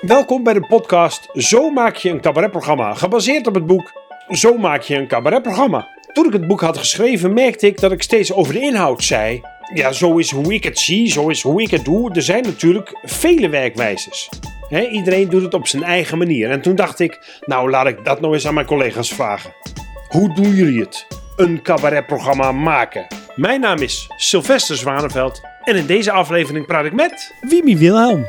Welkom bij de podcast Zo maak je een cabaretprogramma, gebaseerd op het boek Zo maak je een cabaretprogramma. Toen ik het boek had geschreven merkte ik dat ik steeds over de inhoud zei. Ja, zo is hoe ik het zie, zo is hoe ik het doe. Er zijn natuurlijk vele werkwijzes. Iedereen doet het op zijn eigen manier. En toen dacht ik, nou laat ik dat nou eens aan mijn collega's vragen. Hoe doen jullie het? Een cabaretprogramma maken. Mijn naam is Sylvester Zwaneveld en in deze aflevering praat ik met Wimi Wilhelm.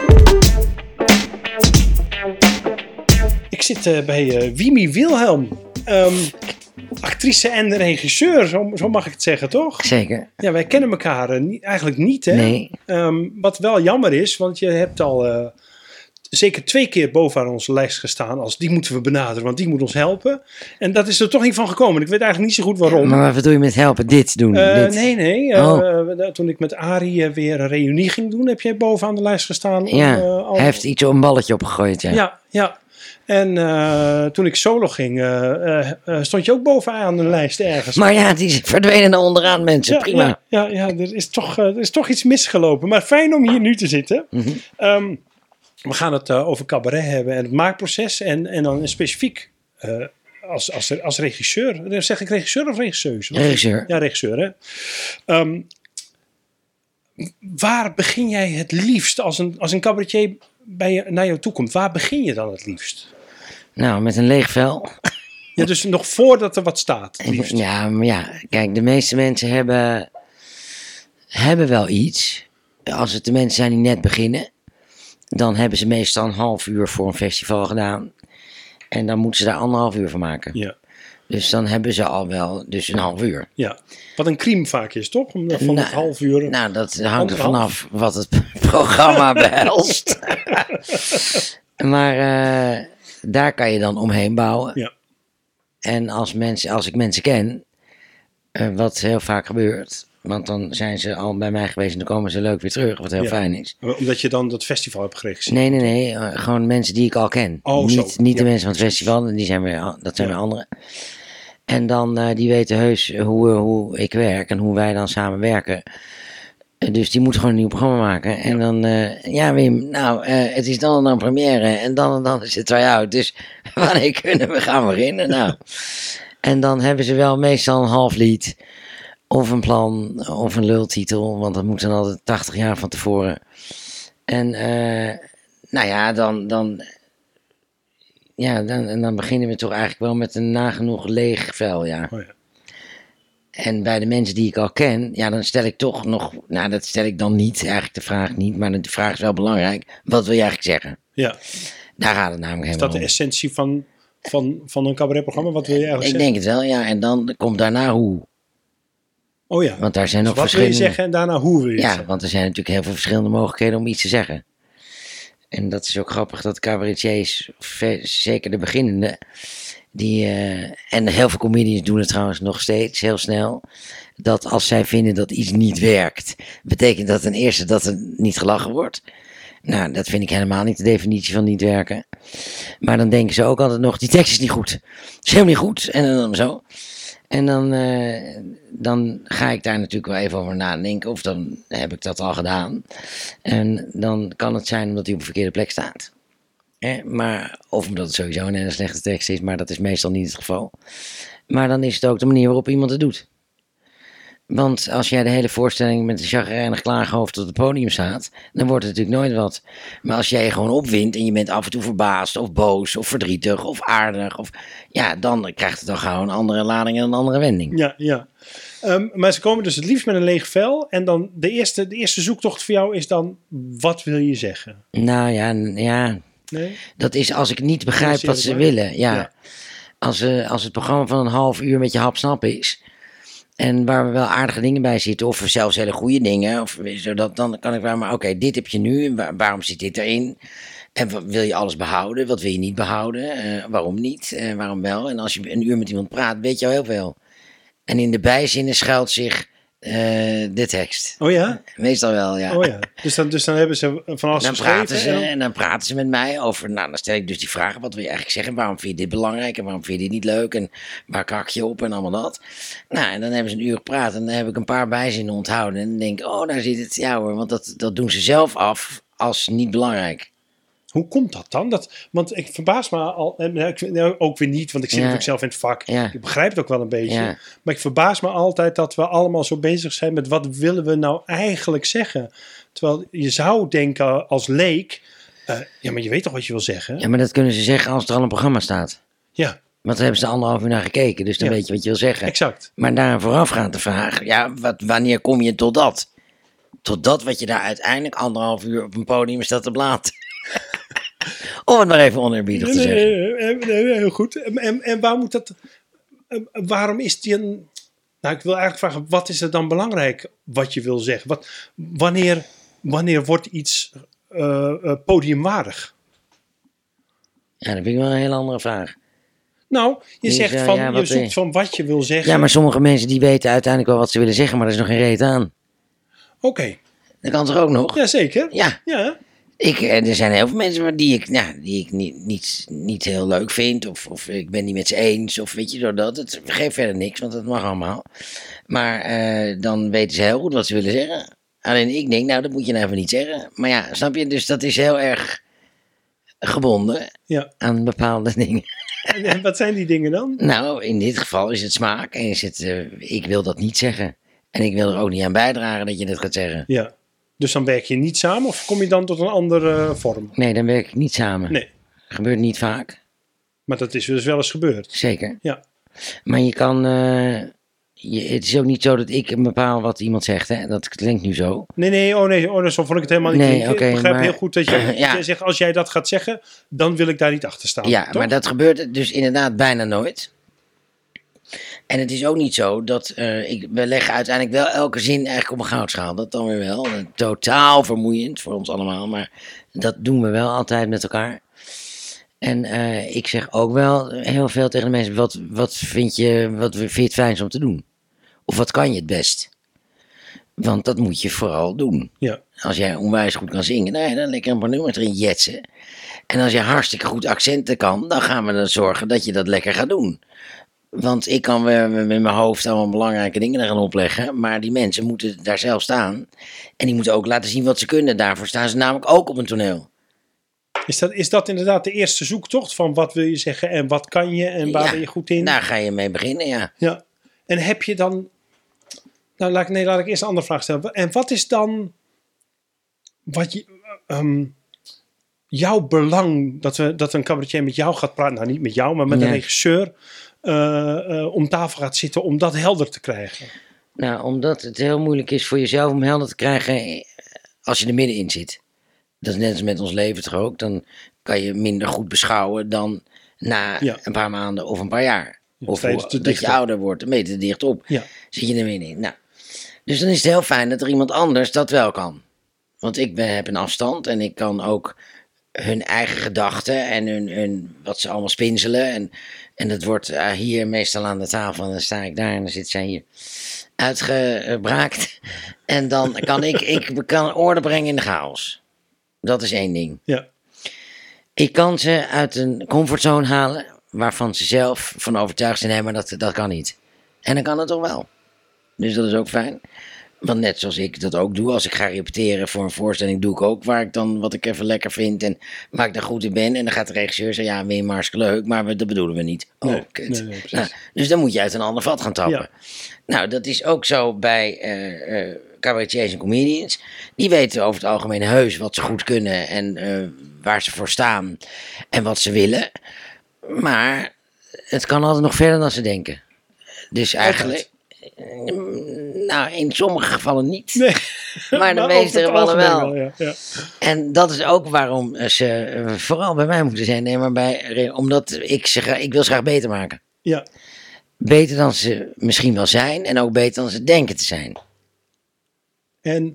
Ik zit bij Wimi Wilhelm, actrice en regisseur, zo mag ik het zeggen, toch? Zeker. Ja, wij kennen elkaar eigenlijk niet, hè? Nee. Wat wel jammer is, want je hebt al zeker 2 keer bovenaan onze lijst gestaan als die moeten we benaderen, want die moet ons helpen. En dat is er toch niet van gekomen. Ik weet eigenlijk niet zo goed waarom. Maar wat bedoel je met helpen? Dit doen? Dit? Nee. Toen ik met Arie weer een reunie ging doen, heb jij bovenaan de lijst gestaan. Ja, hij heeft een balletje opgegooid, ja. Ja. En toen ik solo ging, stond je ook bovenaan de lijst ergens. Maar ja, die verdwenen naar onderaan, mensen. Prima. Ja, er is toch iets misgelopen. Maar fijn om hier nu te zitten. Mm-hmm. We gaan het over cabaret hebben en het maakproces. En dan specifiek als regisseur. Zeg ik regisseur of regisseuse? Regisseur. Ja, regisseur. Hè? Waar begin jij het liefst als een cabaretier naar jou toe komt? Waar begin je dan het liefst? Nou, met een leeg vel. Ja, dus nog voordat er wat staat, het liefst. Ja, maar ja, kijk, de meeste mensen hebben wel iets. Als het de mensen zijn die net beginnen, dan hebben ze meestal een half uur voor een festival gedaan. En dan moeten ze daar 1,5 uur van maken. Ja. Dus dan hebben ze al wel een half uur. Ja, wat een crime vaak is, toch? Van het half uur. Nou, dat hangt er vanaf wat het programma behelst. Maar daar kan je dan omheen bouwen. Ja. En als ik mensen ken, wat heel vaak gebeurt, want dan zijn ze al bij mij geweest en dan komen ze leuk weer terug, wat heel fijn is. Omdat je dan dat festival hebt geregisseerd? Nee, gewoon mensen die ik al ken. Niet de mensen van het festival, dat zijn weer anderen. En dan, die weten heus hoe ik werk en hoe wij dan samen werken. Dus die moeten gewoon een nieuw programma maken. En dan, Wim, het is dan en dan première en dan is het try-out. Dus wanneer kunnen we gaan beginnen? Nou. En dan hebben ze wel meestal een half lied of een plan of een lultitel. Want dat moet dan altijd 80 jaar van tevoren. En dan beginnen we toch eigenlijk wel met een nagenoeg leeg vel, ja. Oh ja. En bij de mensen die ik al ken, dan stel ik toch nog, dat stel ik dan niet, eigenlijk de vraag niet, maar de vraag is wel belangrijk. Wat wil je eigenlijk zeggen? Ja. Daar gaat het namelijk helemaal om. Is dat de essentie van een cabaretprogramma? Wat wil je eigenlijk zeggen? Ik denk het wel, ja. En dan komt daarna hoe. Oh ja. Want daar zijn nog wat verschillende... wil je zeggen en daarna hoe wil je zeggen? Ja, want er zijn natuurlijk heel veel verschillende mogelijkheden om iets te zeggen. En dat is ook grappig dat cabaretiers, zeker de beginnende, en heel veel comedians doen het trouwens nog steeds heel snel, dat als zij vinden dat iets niet werkt, betekent dat ten eerste dat er niet gelachen wordt. Nou, dat vind ik helemaal niet de definitie van niet werken. Maar dan denken ze ook altijd nog, die tekst is niet goed. Het is helemaal niet goed. En dan zo. En dan ga ik daar natuurlijk wel even over nadenken. Of dan heb ik dat al gedaan. En dan kan het zijn omdat hij op een verkeerde plek staat. Of omdat het sowieso een hele slechte tekst is. Maar dat is meestal niet het geval. Maar dan is het ook de manier waarop iemand het doet. Want als jij de hele voorstelling met een chagrijnig klaaghoofd op het podium staat, dan wordt het natuurlijk nooit wat. Maar als jij je gewoon opwindt en je bent af en toe verbaasd of boos of verdrietig of aardig, dan krijgt het dan gewoon een andere lading en een andere wending. Ja. Maar ze komen dus het liefst met een leeg vel en dan de eerste zoektocht voor jou is dan, wat wil je zeggen? Nou ja. Nee? Dat is als ik niet begrijp wat ze willen. Ja. Als het programma van een half uur met je hap-snap is, en waar we wel aardige dingen bij zitten, of zelfs hele goede dingen, zodat dan kan ik vragen, maar oké, dit heb je nu, waarom zit dit erin? En wil je alles behouden? Wat wil je niet behouden? Waarom niet? Waarom wel? En als je een uur met iemand praat, weet je al heel veel. En in de bijzinnen schuilt zich de tekst. Oh ja? Meestal wel, ja. Oh ja. Dus dan hebben ze van alles geschreven. En dan praten ze met mij over, dan stel ik dus die vragen, wat wil je eigenlijk zeggen? Waarom vind je dit belangrijk? En waarom vind je dit niet leuk? En waar kak je op? En allemaal dat. Nou, en dan hebben ze een uur gepraat en dan heb ik een paar bijzinnen onthouden. En dan denk ik, daar zit het. Ja hoor, want dat doen ze zelf af als niet belangrijk. Hoe komt dat dan? Want ik verbaas me al, ook weer niet, want ik zit natuurlijk zelf in het vak. Ja. Ik begrijp het ook wel een beetje. Ja. Maar ik verbaas me altijd dat we allemaal zo bezig zijn met wat willen we nou eigenlijk zeggen. Terwijl je zou denken als leek, ja, maar je weet toch wat je wil zeggen? Ja, maar dat kunnen ze zeggen als er al een programma staat. Ja, Want daar hebben ze 1,5 uur naar gekeken, dus dan weet je wat je wil zeggen. exact. Maar daar voorafgaand de vraag, ja, wanneer kom je tot dat? Tot dat wat je daar uiteindelijk 1,5 uur op een podium staat te blaten. Om het maar even oneerbiedig te zeggen. Nee, heel goed. En waar moet dat... waarom is die een... Nou, ik wil eigenlijk vragen, wat is er dan belangrijk wat je wil zeggen? Wanneer wordt iets podiumwaardig? Ja, dat vind ik wel een hele andere vraag. Nou, je zegt zo, van, ja, je zoekt van wat je wil zeggen. Ja, maar sommige mensen die weten uiteindelijk wel wat ze willen zeggen, maar er is nog geen reet aan. Oké. Dat kan toch ook nog? Jazeker. Ja. Ja. Er zijn heel veel mensen die ik niet heel leuk vind. Of ik ben niet met ze eens. Of weet je, doordat. Het geeft verder niks, want dat mag allemaal. Maar dan weten ze heel goed wat ze willen zeggen. Alleen ik denk, nou, dat moet je nou even niet zeggen. Maar ja, snap je? Dus dat is heel erg gebonden aan bepaalde dingen. En wat zijn die dingen dan? Nou, in dit geval is het smaak. En is het, ik wil dat niet zeggen. En ik wil er ook niet aan bijdragen dat je dat gaat zeggen. Ja. Dus dan werk je niet samen of kom je dan tot een andere vorm? Nee, dan werk ik niet samen. Nee. Gebeurt niet vaak. Maar dat is dus wel eens gebeurd. Zeker. Ja. Maar je kan... het is ook niet zo dat ik bepaal wat iemand zegt. Hè? Dat klinkt nu zo. Nee. Oh, zo vond ik het helemaal niet klinken. Okay, ik begrijp maar, heel goed dat jij zegt, als jij dat gaat zeggen, dan wil ik daar niet achter staan. Ja, toch? maar dat gebeurt dus inderdaad bijna nooit. En het is ook niet zo dat we leggen uiteindelijk wel elke zin eigenlijk op een goudschaal. Dat dan weer wel. Totaal vermoeiend voor ons allemaal. Maar dat doen we wel altijd met elkaar. En ik zeg ook wel heel veel tegen de mensen. Wat vind je het fijnst om te doen? Of wat kan je het best? Want dat moet je vooral doen. Ja. Als jij onwijs goed kan zingen, nou ja, dan lekker een paar nummers erin jetsen. En als je hartstikke goed accenten kan, dan gaan we er zorgen dat je dat lekker gaat doen. Want ik kan weer met mijn hoofd allemaal belangrijke dingen er gaan opleggen. Maar die mensen moeten daar zelf staan. En die moeten ook laten zien wat ze kunnen. Daarvoor staan ze namelijk ook op een toneel. Is dat inderdaad de eerste zoektocht van wat wil je zeggen en wat kan je en waar ben je goed in? Daar ga je mee beginnen, ja. Ja. En heb je dan... Nou, laat ik eerst een andere vraag stellen. En wat is dan... jouw belang dat een cabaretier met jou gaat praten? Nou, niet met jou, maar met een regisseur... om tafel gaat zitten om dat helder te krijgen? Nou, omdat het heel moeilijk is voor jezelf om helder te krijgen als je er middenin zit. Dat is net als met ons leven toch ook. Dan kan je minder goed beschouwen dan na een paar maanden of een paar jaar. Of dat je ouder wordt, dan ben je te dicht op. Ja. Zit je er middenin. Nou, dus dan is het heel fijn dat er iemand anders dat wel kan. Want ik heb een afstand en ik kan ook hun eigen gedachten en hun wat ze allemaal spinselen. En dat wordt hier meestal aan de tafel en dan sta ik daar en dan zit zij hier uitgebraakt. En dan kan ik kan orde brengen in de chaos. Dat is één ding. Ja. Ik kan ze uit een comfortzone halen waarvan ze zelf van overtuigd zijn, nee, maar dat kan niet. En dan kan het toch wel. Dus dat is ook fijn. Want net zoals ik dat ook doe, als ik ga repeteren voor een voorstelling, doe ik ook wat ik even lekker vind en waar ik daar goed in ben. En dan gaat de regisseur zeggen, ja, vind je hartstikke leuk, maar dat bedoelen we niet. Oh, nee, kut. Nee, nou, dus dan moet je uit een ander vat gaan tappen. Ja. Nou, dat is ook zo bij cabaretiers en comedians. Die weten over het algemeen heus wat ze goed kunnen en waar ze voor staan en wat ze willen. Maar het kan altijd nog verder dan ze denken. Dus eigenlijk... Nou, in sommige gevallen niet. Nee. Maar de meeste gevallen wel. Ja. En dat is ook waarom ze vooral bij mij moeten zijn. Nee, maar omdat ik wil ze graag beter maken. Ja. Beter dan ze misschien wel zijn. En ook beter dan ze denken te zijn. En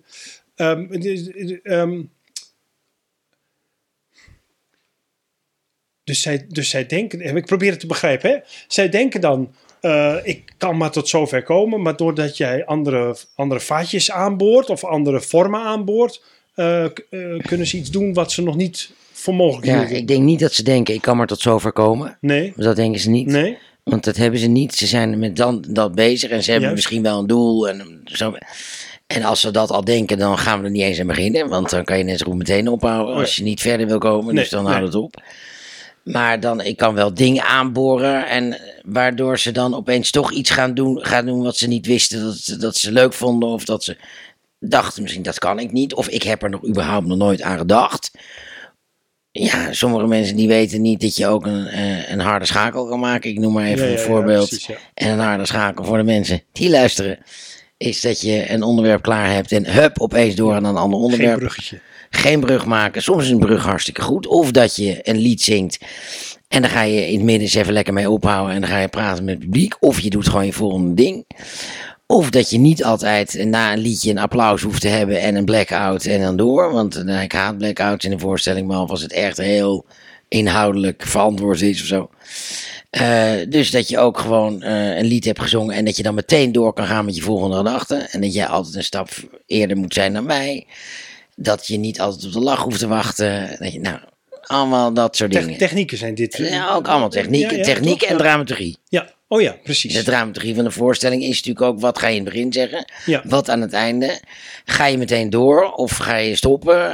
dus zij denken... Ik probeer het te begrijpen. Hè? Zij denken dan... ik kan maar tot zover komen, maar doordat jij andere vaatjes aanboort of andere vormen aanboort, kunnen ze iets doen wat ze nog niet voor mogelijk doen. Ja, doen. ik denk niet dat ze denken, ik kan maar tot zover komen. Nee. Dat denken ze niet. Nee. Want dat hebben ze niet. Ze zijn met dat bezig en ze hebben misschien wel een doel en zo. En als ze dat al denken, dan gaan we er niet eens aan beginnen. Want dan kan je net zo goed meteen ophouden als je niet verder wil komen. Dus dan houdt het op. Maar dan, ik kan wel dingen aanboren. En waardoor ze dan opeens toch iets gaan doen wat ze niet wisten dat ze leuk vonden. Of dat ze dachten, misschien dat kan ik niet. Of ik heb er nog überhaupt nog nooit aan gedacht. Ja, sommige mensen die weten niet dat je ook een harde schakel kan maken. Ik noem maar even een voorbeeld. Precies, ja. En een harde schakel voor de mensen die luisteren. Is dat je een onderwerp klaar hebt en hup, opeens door aan een ander onderwerp. Geen bruggetje. Geen brug maken. Soms is een brug hartstikke goed. Of dat je een lied zingt en dan ga je in het midden eens even lekker mee ophouden en dan ga je praten met het publiek. Of je doet gewoon je volgende ding. Of dat je niet altijd na een liedje een applaus hoeft te hebben en een blackout en dan door. Want ik haat blackouts in de voorstelling, behalve als het echt heel inhoudelijk verantwoord is of zo. Dus dat je ook gewoon een lied hebt gezongen en dat je dan meteen door kan gaan met je volgende gedachte. En dat jij altijd een stap eerder moet zijn dan mij. Dat je niet altijd op de lach hoeft te wachten. Dat je, nou, allemaal dat soort dingen. Technieken zijn dit. Ja, ook allemaal technieken. Technieken en dramaturgie. Ja, oh ja, precies. De dramaturgie van de voorstelling is natuurlijk ook, wat ga je in het begin zeggen? Ja. Wat aan het einde? Ga je meteen door of ga je stoppen?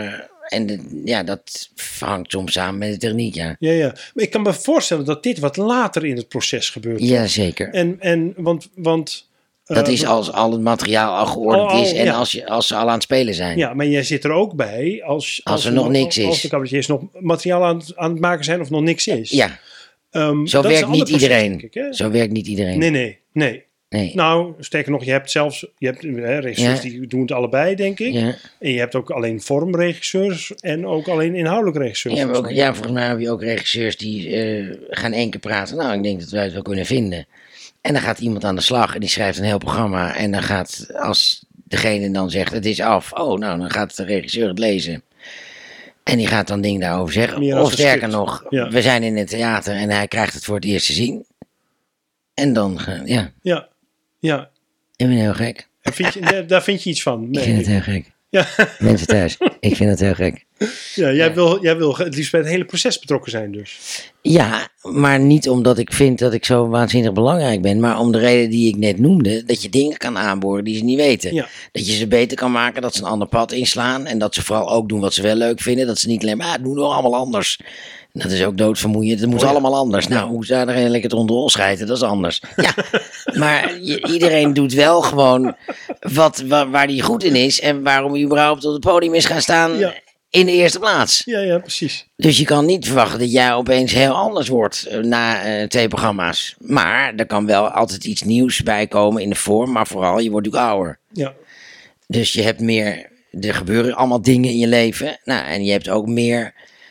Dat hangt soms samen met de techniek, ja. Ja. Maar ik kan me voorstellen dat dit wat later in het proces gebeurt. Ja, zeker. Want dat is als al het materiaal al geordend is en als ze al aan het spelen zijn. Ja, maar jij zit er ook bij als er nog niks is. Als de cabaretiers nog materiaal aan het maken zijn of nog niks is. Ja. Zo werkt niet iedereen. Zo werkt niet iedereen. Nee. Nou, sterker nog, je hebt regisseurs die doen het allebei, denk ik. Ja. En je hebt ook alleen vormregisseurs en ook alleen inhoudelijk regisseurs. Volgens mij heb je ook regisseurs die gaan één keer praten. Nou, ik denk dat wij het wel kunnen vinden. En dan gaat iemand aan de slag en die schrijft een heel programma. En dan gaat, als degene dan zegt, het is af. Oh, nou, dan gaat de regisseur het lezen. En die gaat dan dingen daarover zeggen. Of sterker nog, we zijn in het theater en hij krijgt het voor het eerst te zien. En dan, Ja. Ik ben heel gek. Daar vind je iets van? Nee. Ik vind het heel gek. Ja. Mensen thuis, ik vind het heel gek. Ja, jij wil het liefst bij het hele proces betrokken zijn dus. Ja, maar niet omdat ik vind dat ik zo waanzinnig belangrijk ben, maar om de reden die ik net noemde, dat je dingen kan aanboren die ze niet weten. Ja. Dat je ze beter kan maken, dat ze een ander pad inslaan en dat ze vooral ook doen wat ze wel leuk vinden. Dat ze niet alleen maar, doen we allemaal anders. En dat is ook doodvermoeiend, het moet allemaal anders. Nou, hoe zou er een lekker het rondom schijten, dat is anders. Ja, maar iedereen doet wel gewoon waar hij goed in is en waarom hij überhaupt op het podium is gaan staan. Ja. In de eerste plaats. Ja, precies. Dus je kan niet verwachten dat jij opeens heel anders wordt na 2 programma's. Maar er kan wel altijd iets nieuws bij komen in de vorm. Maar vooral, je wordt natuurlijk ouder. Ja. Dus je hebt meer, er gebeuren allemaal dingen in je leven. Nou, en je hebt ook meer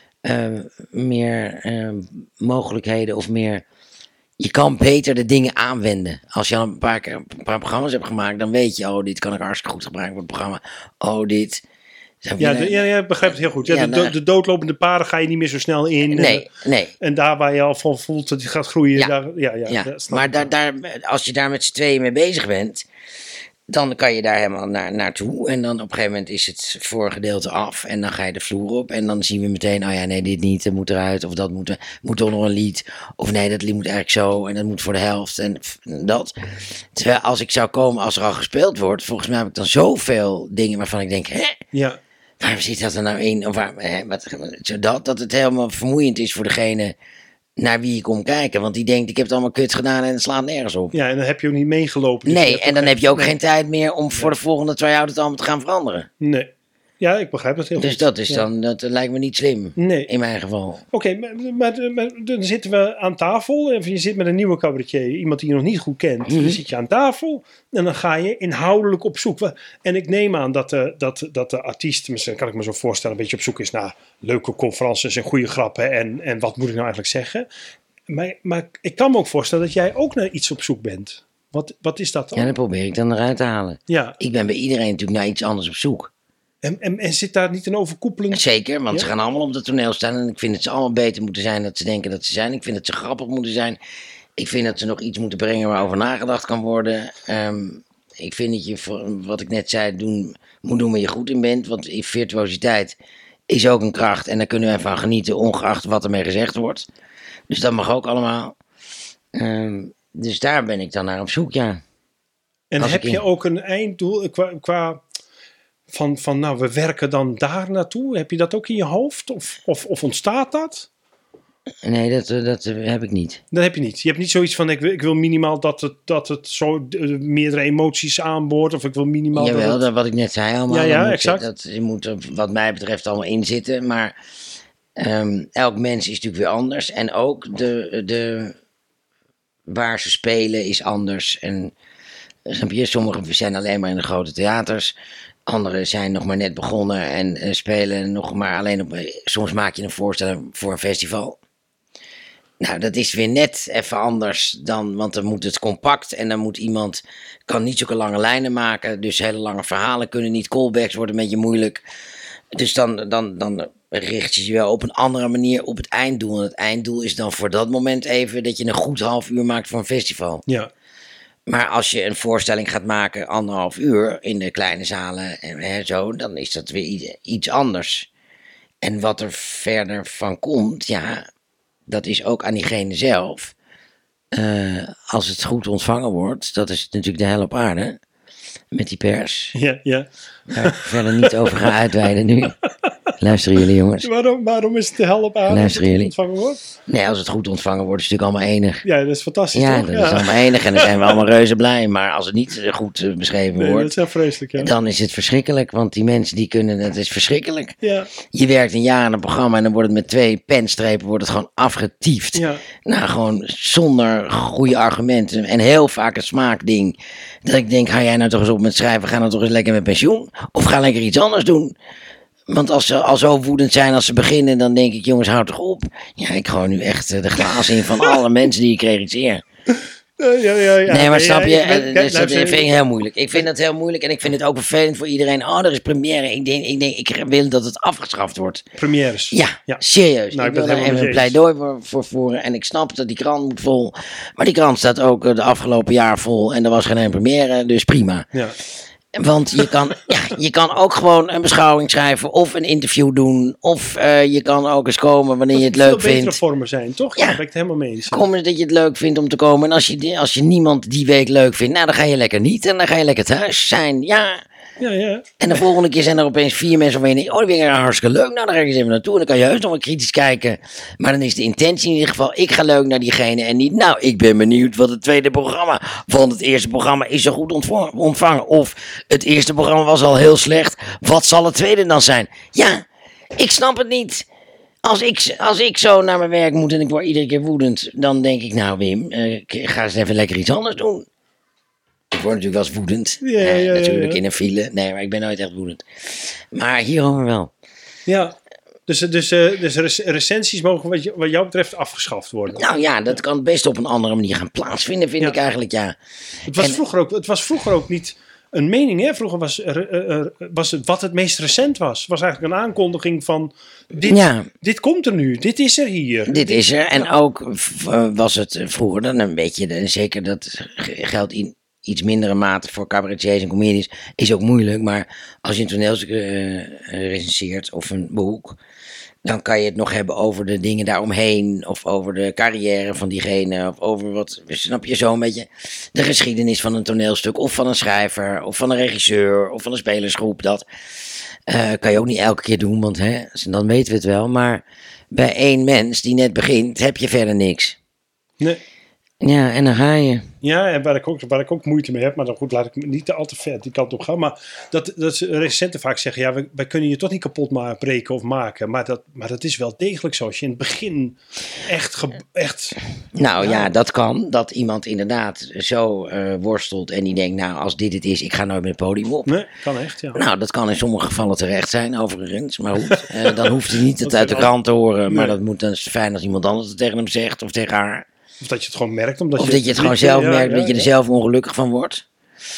mogelijkheden of meer. Je kan beter de dingen aanwenden. Als je al een paar programma's hebt gemaakt, dan weet je, dit kan ik hartstikke goed gebruiken voor het programma. Dit. Ja, ik begrijp het heel goed. Ja, de doodlopende paden ga je niet meer zo snel in. Nee. En daar waar je al van voelt dat het gaat groeien. Ja. Maar als je daar met z'n tweeën mee bezig bent, dan kan je daar helemaal naartoe. En dan op een gegeven moment is het voorgedeelte af. En dan ga je de vloer op. En dan zien we meteen, dit niet, dat moet eruit. Of dat moet toch nog een lied. Of nee, dat lied moet eigenlijk zo. En dat moet voor de helft. En dat. Terwijl als ik zou komen, als er al gespeeld wordt, volgens mij heb ik dan zoveel dingen waarvan ik denk, Ja. Waarom zit dat er nou in? Of dat het helemaal vermoeiend is voor degene naar wie je komt kijken. Want die denkt, ik heb het allemaal kut gedaan en het slaat nergens op. Ja, en dan heb je ook niet meegelopen. Dus nee, en dan heb je ook geen tijd meer om voor de volgende try-out het allemaal te gaan veranderen. Nee. Ja, ik begrijp dat heel goed. Dus dat is dat lijkt me niet slim. Nee. In mijn geval. Oké, maar dan zitten we aan tafel. En je zit met een nieuwe cabaretier, iemand die je nog niet goed kent. Mm-hmm. Dan zit je aan tafel en dan ga je inhoudelijk op zoek. En ik neem aan dat de artiest, misschien kan ik me zo voorstellen, een beetje op zoek is naar leuke conferences en goede grappen. En wat moet ik nou eigenlijk zeggen? Maar ik kan me ook voorstellen dat jij ook naar iets op zoek bent. Wat is dat dan? Ja, dat probeer ik dan eruit te halen. Ja. Ik ben bij iedereen natuurlijk naar iets anders op zoek. En zit daar niet een overkoepeling? Zeker, want ze gaan allemaal op het toneel staan. En ik vind dat ze allemaal beter moeten zijn dan ze denken dat ze zijn. Ik vind dat ze grappig moeten zijn. Ik vind dat ze nog iets moeten brengen waarover nagedacht kan worden. Ik vind dat je, wat ik net zei, moet doen waar je goed in bent. Want virtuositeit is ook een kracht. En daar kunnen we van genieten, ongeacht wat ermee gezegd wordt. Dus dat mag ook allemaal. Dus daar ben ik dan naar op zoek, ja. En heb je ook een einddoel qua van nou, we werken dan daar naartoe? Heb je dat ook in je hoofd? Of ontstaat dat? Nee, dat heb ik niet. Dat heb je niet. Je hebt niet zoiets van, ik wil minimaal dat het zo meerdere emoties aanboort. Of ik wil minimaal... Jawel, dat wat ik net zei allemaal. Ja, exact. Dat moet er wat mij betreft allemaal in zitten. Maar elk mens is natuurlijk weer anders. En ook de waar ze spelen is anders. En snap je, sommigen zijn alleen maar in de grote theaters. Anderen zijn nog maar net begonnen en spelen nog maar alleen op... Soms maak je een voorstelling voor een festival. Nou, dat is weer net even anders dan... Want dan moet het compact en dan moet iemand... Kan niet zulke lange lijnen maken. Dus hele lange verhalen kunnen niet. Callbacks worden een beetje moeilijk. Dus dan richt je je wel op een andere manier op het einddoel. En het einddoel is dan voor dat moment even... Dat je een goed half uur maakt voor een festival. Ja. Maar als je een voorstelling gaat maken 1,5 uur in de kleine zalen en zo, dan is dat weer iets anders. En wat er verder van komt, ja, dat is ook aan diegene zelf. Als het goed ontvangen wordt, dat is natuurlijk de hel op aarde met die pers. Ja. Waar ik verder niet over ga uitweiden nu. Luisteren jullie, jongens? Waarom is het de hel op aarde als het goed ontvangen wordt? Nee, als het goed ontvangen wordt, is het natuurlijk allemaal enig. Ja, dat is fantastisch. Ja, toch? dat is allemaal enig en dan zijn we allemaal reuze blij. Maar als het niet goed beschreven wordt, dat is heel vreselijk, ja. Dan is het verschrikkelijk. Want die mensen die kunnen, dat is verschrikkelijk. Ja. Je werkt een jaar aan een programma en dan wordt het met 2 penstrepen wordt het gewoon afgetiefd. Ja. Nou, gewoon zonder goede argumenten. En heel vaak een smaakding. Dat ik denk, ga jij nou toch eens op met schrijven, ga nou toch eens lekker met pensioen. Of ga lekker iets anders doen. Want als ze al zo woedend zijn als ze beginnen, dan denk ik, jongens, houd toch op. Ja, ik gooi nu echt de glazen in van alle mensen die ik regisseer. Ja. Nee, maar snap je, dat vind ik heel moeilijk. Ik vind dat heel moeilijk en ik vind het ook vervelend voor iedereen. Oh, er is première. Ik wil dat het afgeschaft wordt. Premières. Ja, serieus. Nou, ik wil daar even een pleidooi voor voeren. En ik snap dat die krant moet vol. Maar die krant staat ook de afgelopen jaar vol en er was geen première, dus prima. Ja. Want je kan ook gewoon een beschouwing schrijven of een interview doen. Of je kan ook eens komen wanneer je het leuk vindt. Er betere vormen zijn, toch? Ja, daar ben ik het helemaal mee eens. Kom eens dat je het leuk vindt om te komen. En als je niemand die week leuk vindt, nou dan ga je lekker niet. En dan ga je lekker thuis zijn, ja. Ja. En de volgende keer zijn er opeens 4 mensen waarvan je denkt, oh, die vind ik hartstikke leuk. Nou, dan ga ik eens even naartoe en dan kan je heus nog wel kritisch kijken. Maar dan is de intentie in ieder geval, ik ga leuk naar diegene en niet, nou, ik ben benieuwd wat het tweede programma van het eerste programma is zo goed ontvangen. Of het eerste programma was al heel slecht, wat zal het tweede dan zijn? Ja, ik snap het niet. Als ik zo naar mijn werk moet en ik word iedere keer woedend, dan denk ik, nou Wim, ga eens even lekker iets anders doen. Ik word natuurlijk wel eens woedend. Natuurlijk in een file. Nee, maar ik ben nooit echt woedend. Maar hierover wel. Ja, dus recensies mogen wat jou betreft afgeschaft worden. Nou ja, dat kan best op een andere manier gaan plaatsvinden, vind ik eigenlijk, ja. Het was vroeger ook niet een mening, hè? Vroeger was het wat het meest recent was. Het was eigenlijk een aankondiging van, dit komt er nu, dit is er hier. Dit is er. En ook was het vroeger dan een beetje, zeker dat geldt in iets mindere mate voor cabaretiers en comedies, is ook moeilijk. Maar als je een toneelstuk recenseert of een boek, dan kan je het nog hebben over de dingen daaromheen, of over de carrière van diegene, of over wat, snap je, zo een beetje de geschiedenis van een toneelstuk, of van een schrijver, of van een regisseur, of van een spelersgroep. Dat kan je ook niet elke keer doen, want dan weten we het wel. Maar bij 1 mens die net begint, heb je verder niks. Nee. Ja, en dan ga je. Ja, en waar ik ook moeite mee heb, maar dan goed, laat ik niet al te ver die kant op gaan. Maar dat recensenten vaak zeggen, ja, wij kunnen je toch niet kapot breken of maken. Maar dat is wel degelijk zo. Als je in het begin echt... Nou ja, dat kan. Dat iemand inderdaad zo worstelt en die denkt, nou, als dit het is, ik ga nooit meer het podium op. Nee, kan echt, ja. Nou, dat kan in sommige gevallen terecht zijn, overigens. Maar goed, dan hoeft hij niet het uit de krant te horen. Nee. Maar dan is het fijn als iemand anders het tegen hem zegt of tegen haar. Of dat je het gewoon merkt. Of dat je het gewoon zelf merkt, dat je er zelf ongelukkig van wordt.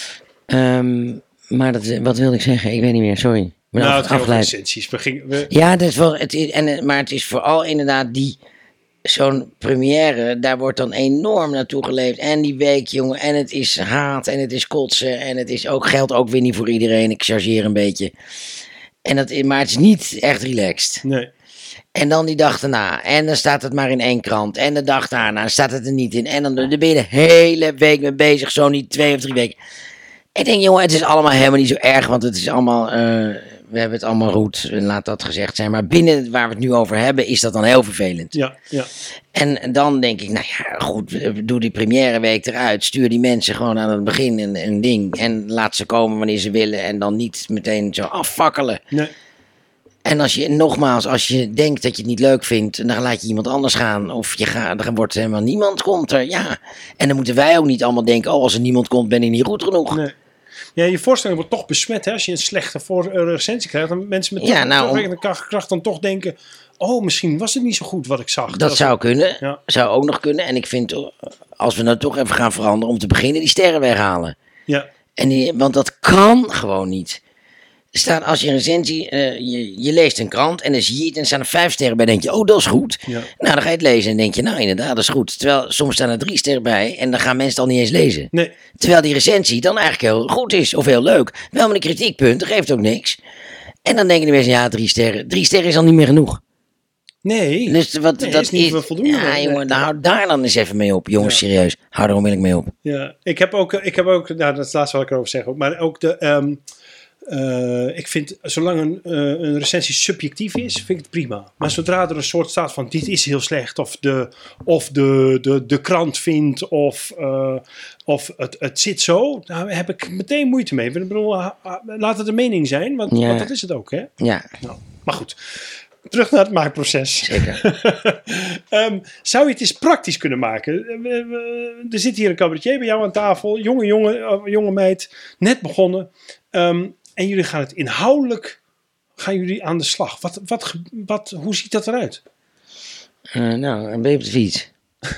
Maar wat wilde ik zeggen? Ik weet niet meer, sorry. Het ging over recensies. Ja, maar het is vooral inderdaad zo'n première, daar wordt dan enorm naartoe geleefd. En die week, jongen, en het is haat en het is kotsen. En het is ook, geldt ook weer niet voor iedereen. Ik chargeer een beetje. Maar het is niet echt relaxed. Nee. En dan die dag daarna. En dan staat het maar in 1 krant. En de dag daarna staat het er niet in. En dan ben je de hele week mee bezig. Zo niet 2 of 3 weken. Ik denk, jongen, het is allemaal helemaal niet zo erg, want het is allemaal, we hebben het allemaal goed, laat dat gezegd zijn. Maar binnen waar we het nu over hebben, is dat dan heel vervelend. Ja. En dan denk ik, nou ja, goed, doe die première week eruit. Stuur die mensen gewoon aan het begin een ding. En laat ze komen wanneer ze willen en dan niet meteen zo afvakkelen. Nee. En als je denkt dat je het niet leuk vindt, dan laat je iemand anders gaan. Of er wordt helemaal niemand komt er, ja. En dan moeten wij ook niet allemaal denken, als er niemand komt, ben ik niet goed genoeg. Nee. Ja, je voorstelling wordt toch besmet, hè? Als je een slechte recensie krijgt, dan mensen met terugwerkende kracht dan toch denken, misschien was het niet zo goed wat ik zag. Dat zou kunnen, Ja. zou ook nog kunnen. En ik vind, als we nou toch even gaan veranderen, om te beginnen die sterren weghalen. Ja. Want dat kan gewoon niet. Als je een recensie, je leest een krant en dan zie je het en er staan er 5 sterren bij. Dan denk je, dat is goed. Ja. Nou, dan ga je het lezen en denk je, nou inderdaad, dat is goed. Terwijl soms staan er 3 sterren bij en dan gaan mensen het al niet eens lezen. Nee. Terwijl die recensie dan eigenlijk heel goed is of heel leuk. Wel met een kritiekpunt, dat geeft ook niks. En dan denken de mensen, ja, 3 sterren. 3 sterren is al niet meer genoeg. Nee. Dus dat is niet voldoende. Ja, jongen, hou daar dan eens even mee op. Jongens, serieus. Hou er onmiddellijk mee op. Ja, ik heb ook, nou, dat is het laatste wat ik erover zeg ook, maar ook ik vind, zolang een recensie subjectief is, vind ik het prima. Maar zodra er een soort staat van, dit is heel slecht, of de krant vindt, of het zit zo, daar heb ik meteen moeite mee. Ik bedoel, laat het een mening zijn, want dat is het ook, hè? Ja. Nou, maar goed. Terug naar het maakproces. Zeker. Zou je het eens praktisch kunnen maken? Er zit hier een cabaretier bij jou aan tafel. Jonge meid. Net begonnen. En jullie gaan het inhoudelijk aan de slag. Hoe ziet dat eruit? Nou, ben je op de fiets?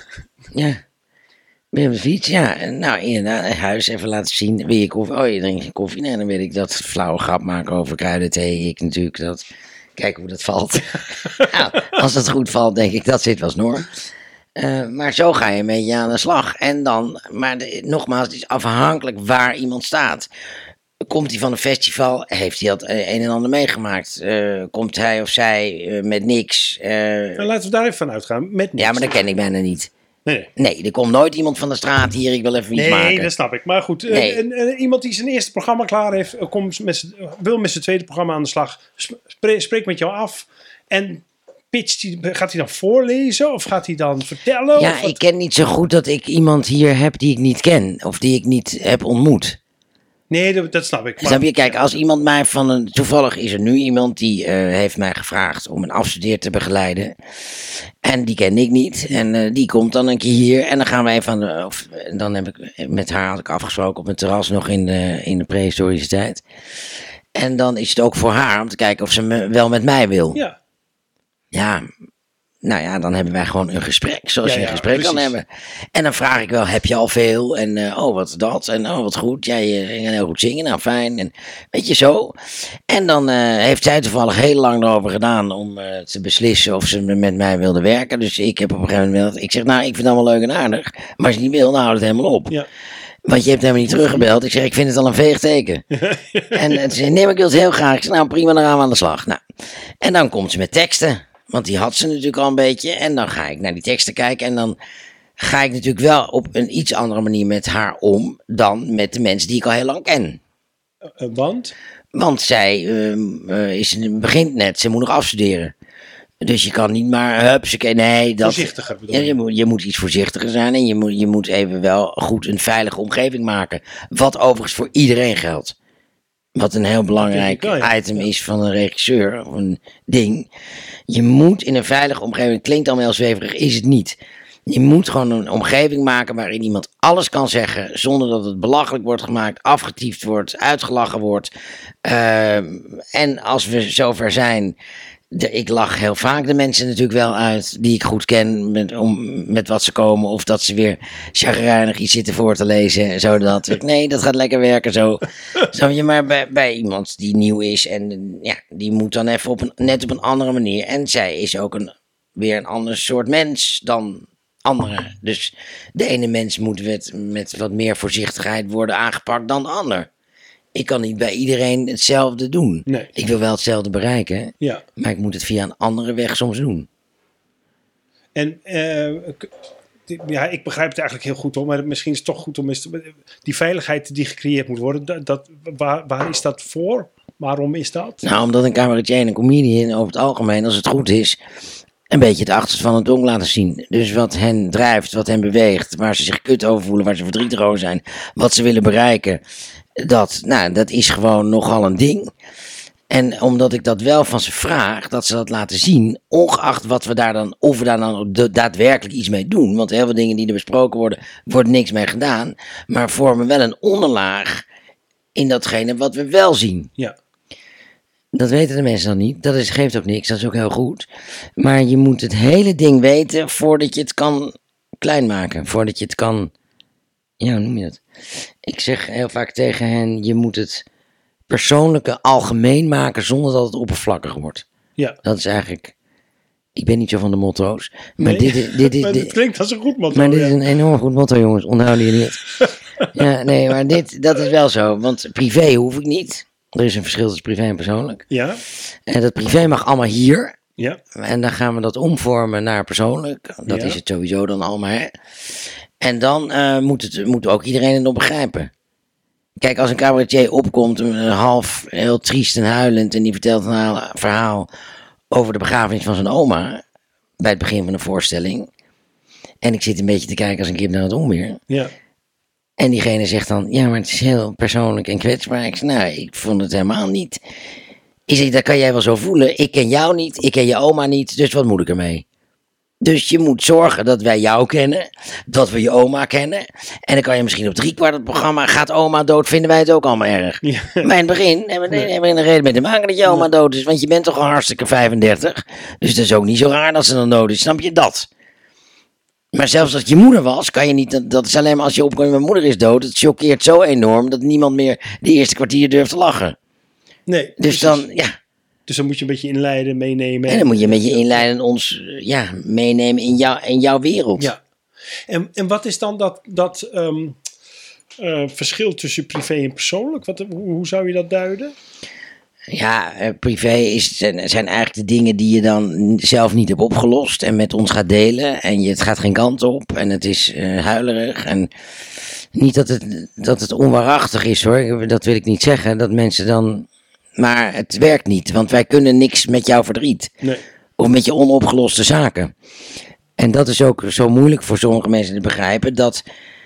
Ja. Ben je op de fiets? Ja. Nou, inderdaad. Huis even laten zien. Wil je koffie? Oh, je drinkt geen koffie? Nee, dan weet ik dat. Flauwe grap maken over kruidenthee. Ik natuurlijk dat. Kijken hoe dat valt. Nou, als het goed valt, denk ik, dat zit wel snor. Maar zo ga je een beetje aan de slag. En dan, nogmaals, het is afhankelijk waar iemand staat. Komt hij van een festival, heeft hij al een en ander meegemaakt. Komt hij of zij met niks. Nou, laten we daar even van uitgaan. Met niks. Ja, maar dat ken ik bijna niet. Nee, er komt nooit iemand van de straat hier, ik wil even iets maken. Nee, dat snap ik. Maar goed, iemand die zijn eerste programma klaar heeft, wil met zijn tweede programma aan de slag, spreekt met jou af en gaat hij dan voorlezen of gaat hij dan vertellen? Ja, ik ken niet zo goed dat ik iemand hier heb die ik niet ken of die ik niet heb ontmoet. Nee, dat snap ik. Maar, snap je? Kijk, als iemand mij toevallig is er nu iemand die heeft mij gevraagd om een afstudeer te begeleiden. En die ken ik niet. En die komt dan een keer hier. En dan gaan wij dan heb ik met haar had ik afgesproken op een terras nog in de prehistorische tijd. En dan is het ook voor haar om te kijken of ze wel met mij wil. Ja. Ja. Nou ja, dan hebben wij gewoon een gesprek, zoals je een gesprek precies. kan hebben. En dan vraag ik wel, heb je al veel? En wat dat? En wat goed, jij kan heel goed zingen, nou fijn. En weet je zo. En dan heeft zij toevallig heel lang erover gedaan om te beslissen of ze met mij wilde werken. Dus ik heb op een gegeven moment, ik zeg, nou, ik vind het allemaal leuk en aardig. Maar als je niet wil, dan houdt het helemaal op. Ja. Want je hebt helemaal niet teruggebeld. Ik zeg, ik vind het al een veeg teken. En ze zei, nee, maar ik wil het heel graag. Ik zeg, nou prima, dan gaan we aan de slag. Nou. En dan komt ze met teksten. Want die had ze natuurlijk al een beetje. En dan ga ik naar die teksten kijken. En dan ga ik natuurlijk wel op een iets andere manier met haar om. Dan met de mensen die ik al heel lang ken. Want? Want zij begint net. Ze moet nog afstuderen. Dus je kan niet maar, Voorzichtiger bedoel je? Je moet iets voorzichtiger zijn. En je moet even wel goed een veilige omgeving maken. Wat overigens voor iedereen geldt. Wat een heel belangrijk item is van een regisseur. Of een ding. Je moet in een veilige omgeving, klinkt dan wel zweverig, is het niet. Je moet gewoon een omgeving maken waarin iemand alles kan zeggen. Zonder dat het belachelijk wordt gemaakt, afgetiefd wordt, uitgelachen wordt. En als we zover zijn. Ik lach heel vaak de mensen natuurlijk wel uit die ik goed ken met wat ze komen. Of dat ze weer chagrijnig iets zitten voor te lezen. Zodat nee, dat gaat lekker werken zo. Snap je, maar bij iemand die nieuw is en ja, die moet dan even net op een andere manier. En zij is ook weer een ander soort mens dan anderen. Dus de ene mens moet met wat meer voorzichtigheid worden aangepakt dan de ander. Ik kan niet bij iedereen hetzelfde doen. Nee. Ik wil wel hetzelfde bereiken, Ja. maar ik moet het via een andere weg soms doen. En ik begrijp het eigenlijk heel goed hoor, maar misschien is het toch goed om die veiligheid die gecreëerd moet worden, waar is dat voor? Waarom is dat? Nou, omdat een cabaretier en een comedian over het algemeen, als het goed is, een beetje het achterste van het tong laten zien. Dus wat hen drijft, wat hen beweegt, waar ze zich kut over voelen, waar ze verdrietig over zijn, wat ze willen bereiken, dat is gewoon nogal een ding. En omdat ik dat wel van ze vraag, dat ze dat laten zien, ongeacht of we daar dan daadwerkelijk iets mee doen. Want heel veel dingen die er besproken worden, wordt niks mee gedaan. Maar vormen wel een onderlaag in datgene wat we wel zien. Ja. Dat weten de mensen dan niet. Dat geeft ook niks, dat is ook heel goed. Maar je moet het hele ding weten voordat je het kan klein maken. Voordat je het kan, ja, hoe noem je dat? Ik zeg heel vaak tegen hen, je moet het persoonlijke algemeen maken zonder dat het oppervlakkig wordt. Ja. Dat is eigenlijk, ik ben niet zo van de motto's. Maar nee, dit klinkt als een goed motto. Maar dit is een enorm goed motto, jongens. Onthouden jullie het. Ja, nee, maar dat is wel zo. Want privé hoef ik niet. Er is een verschil tussen privé en persoonlijk. Ja. En dat privé mag allemaal hier. Ja. En dan gaan we dat omvormen naar persoonlijk. Dat is het sowieso dan allemaal. Hè? En dan moet ook iedereen het nog begrijpen. Kijk, als een cabaretier opkomt, half heel triest en huilend, en die vertelt een verhaal over de begrafenis van zijn oma, bij het begin van de voorstelling. En ik zit een beetje te kijken als een kip naar het onweer. Ja. En diegene zegt dan, ja, maar het is heel persoonlijk en kwetsbaar. Ik zeg, nou, ik vond het helemaal niet. Ik zeg, dat kan jij wel zo voelen. Ik ken jou niet, ik ken je oma niet, dus wat moet ik ermee? Dus je moet zorgen dat wij jou kennen, dat we je oma kennen. En dan kan je misschien op 3/4 het programma, gaat oma dood, vinden wij het ook allemaal erg. Ja. Maar in het begin hebben we een reden mee te maken dat je oma dood is. Want je bent toch al hartstikke 35. Dus het is ook niet zo raar dat ze dan dood is, snap je dat? Maar zelfs als het je moeder was, kan je niet, dat is alleen maar als je opkomt, mijn moeder is dood. Het choqueert zo enorm dat niemand meer de eerste kwartier durft te lachen. Nee. Dus dan, ja. Dus dan moet je een beetje inleiden, meenemen. En dan moet je een beetje inleiden en ons meenemen in jouw wereld. Ja. En wat is dan dat verschil tussen privé en persoonlijk? Hoe zou je dat duiden? Ja, privé zijn eigenlijk de dingen die je dan zelf niet hebt opgelost en met ons gaat delen. En het gaat geen kant op en het is huilerig. En niet dat het onwaarachtig is hoor, dat wil ik niet zeggen. Dat mensen dan... Maar het werkt niet, want wij kunnen niks met jouw verdriet. Nee. Of met je onopgeloste zaken. En dat is ook zo moeilijk voor sommige mensen te begrijpen, dat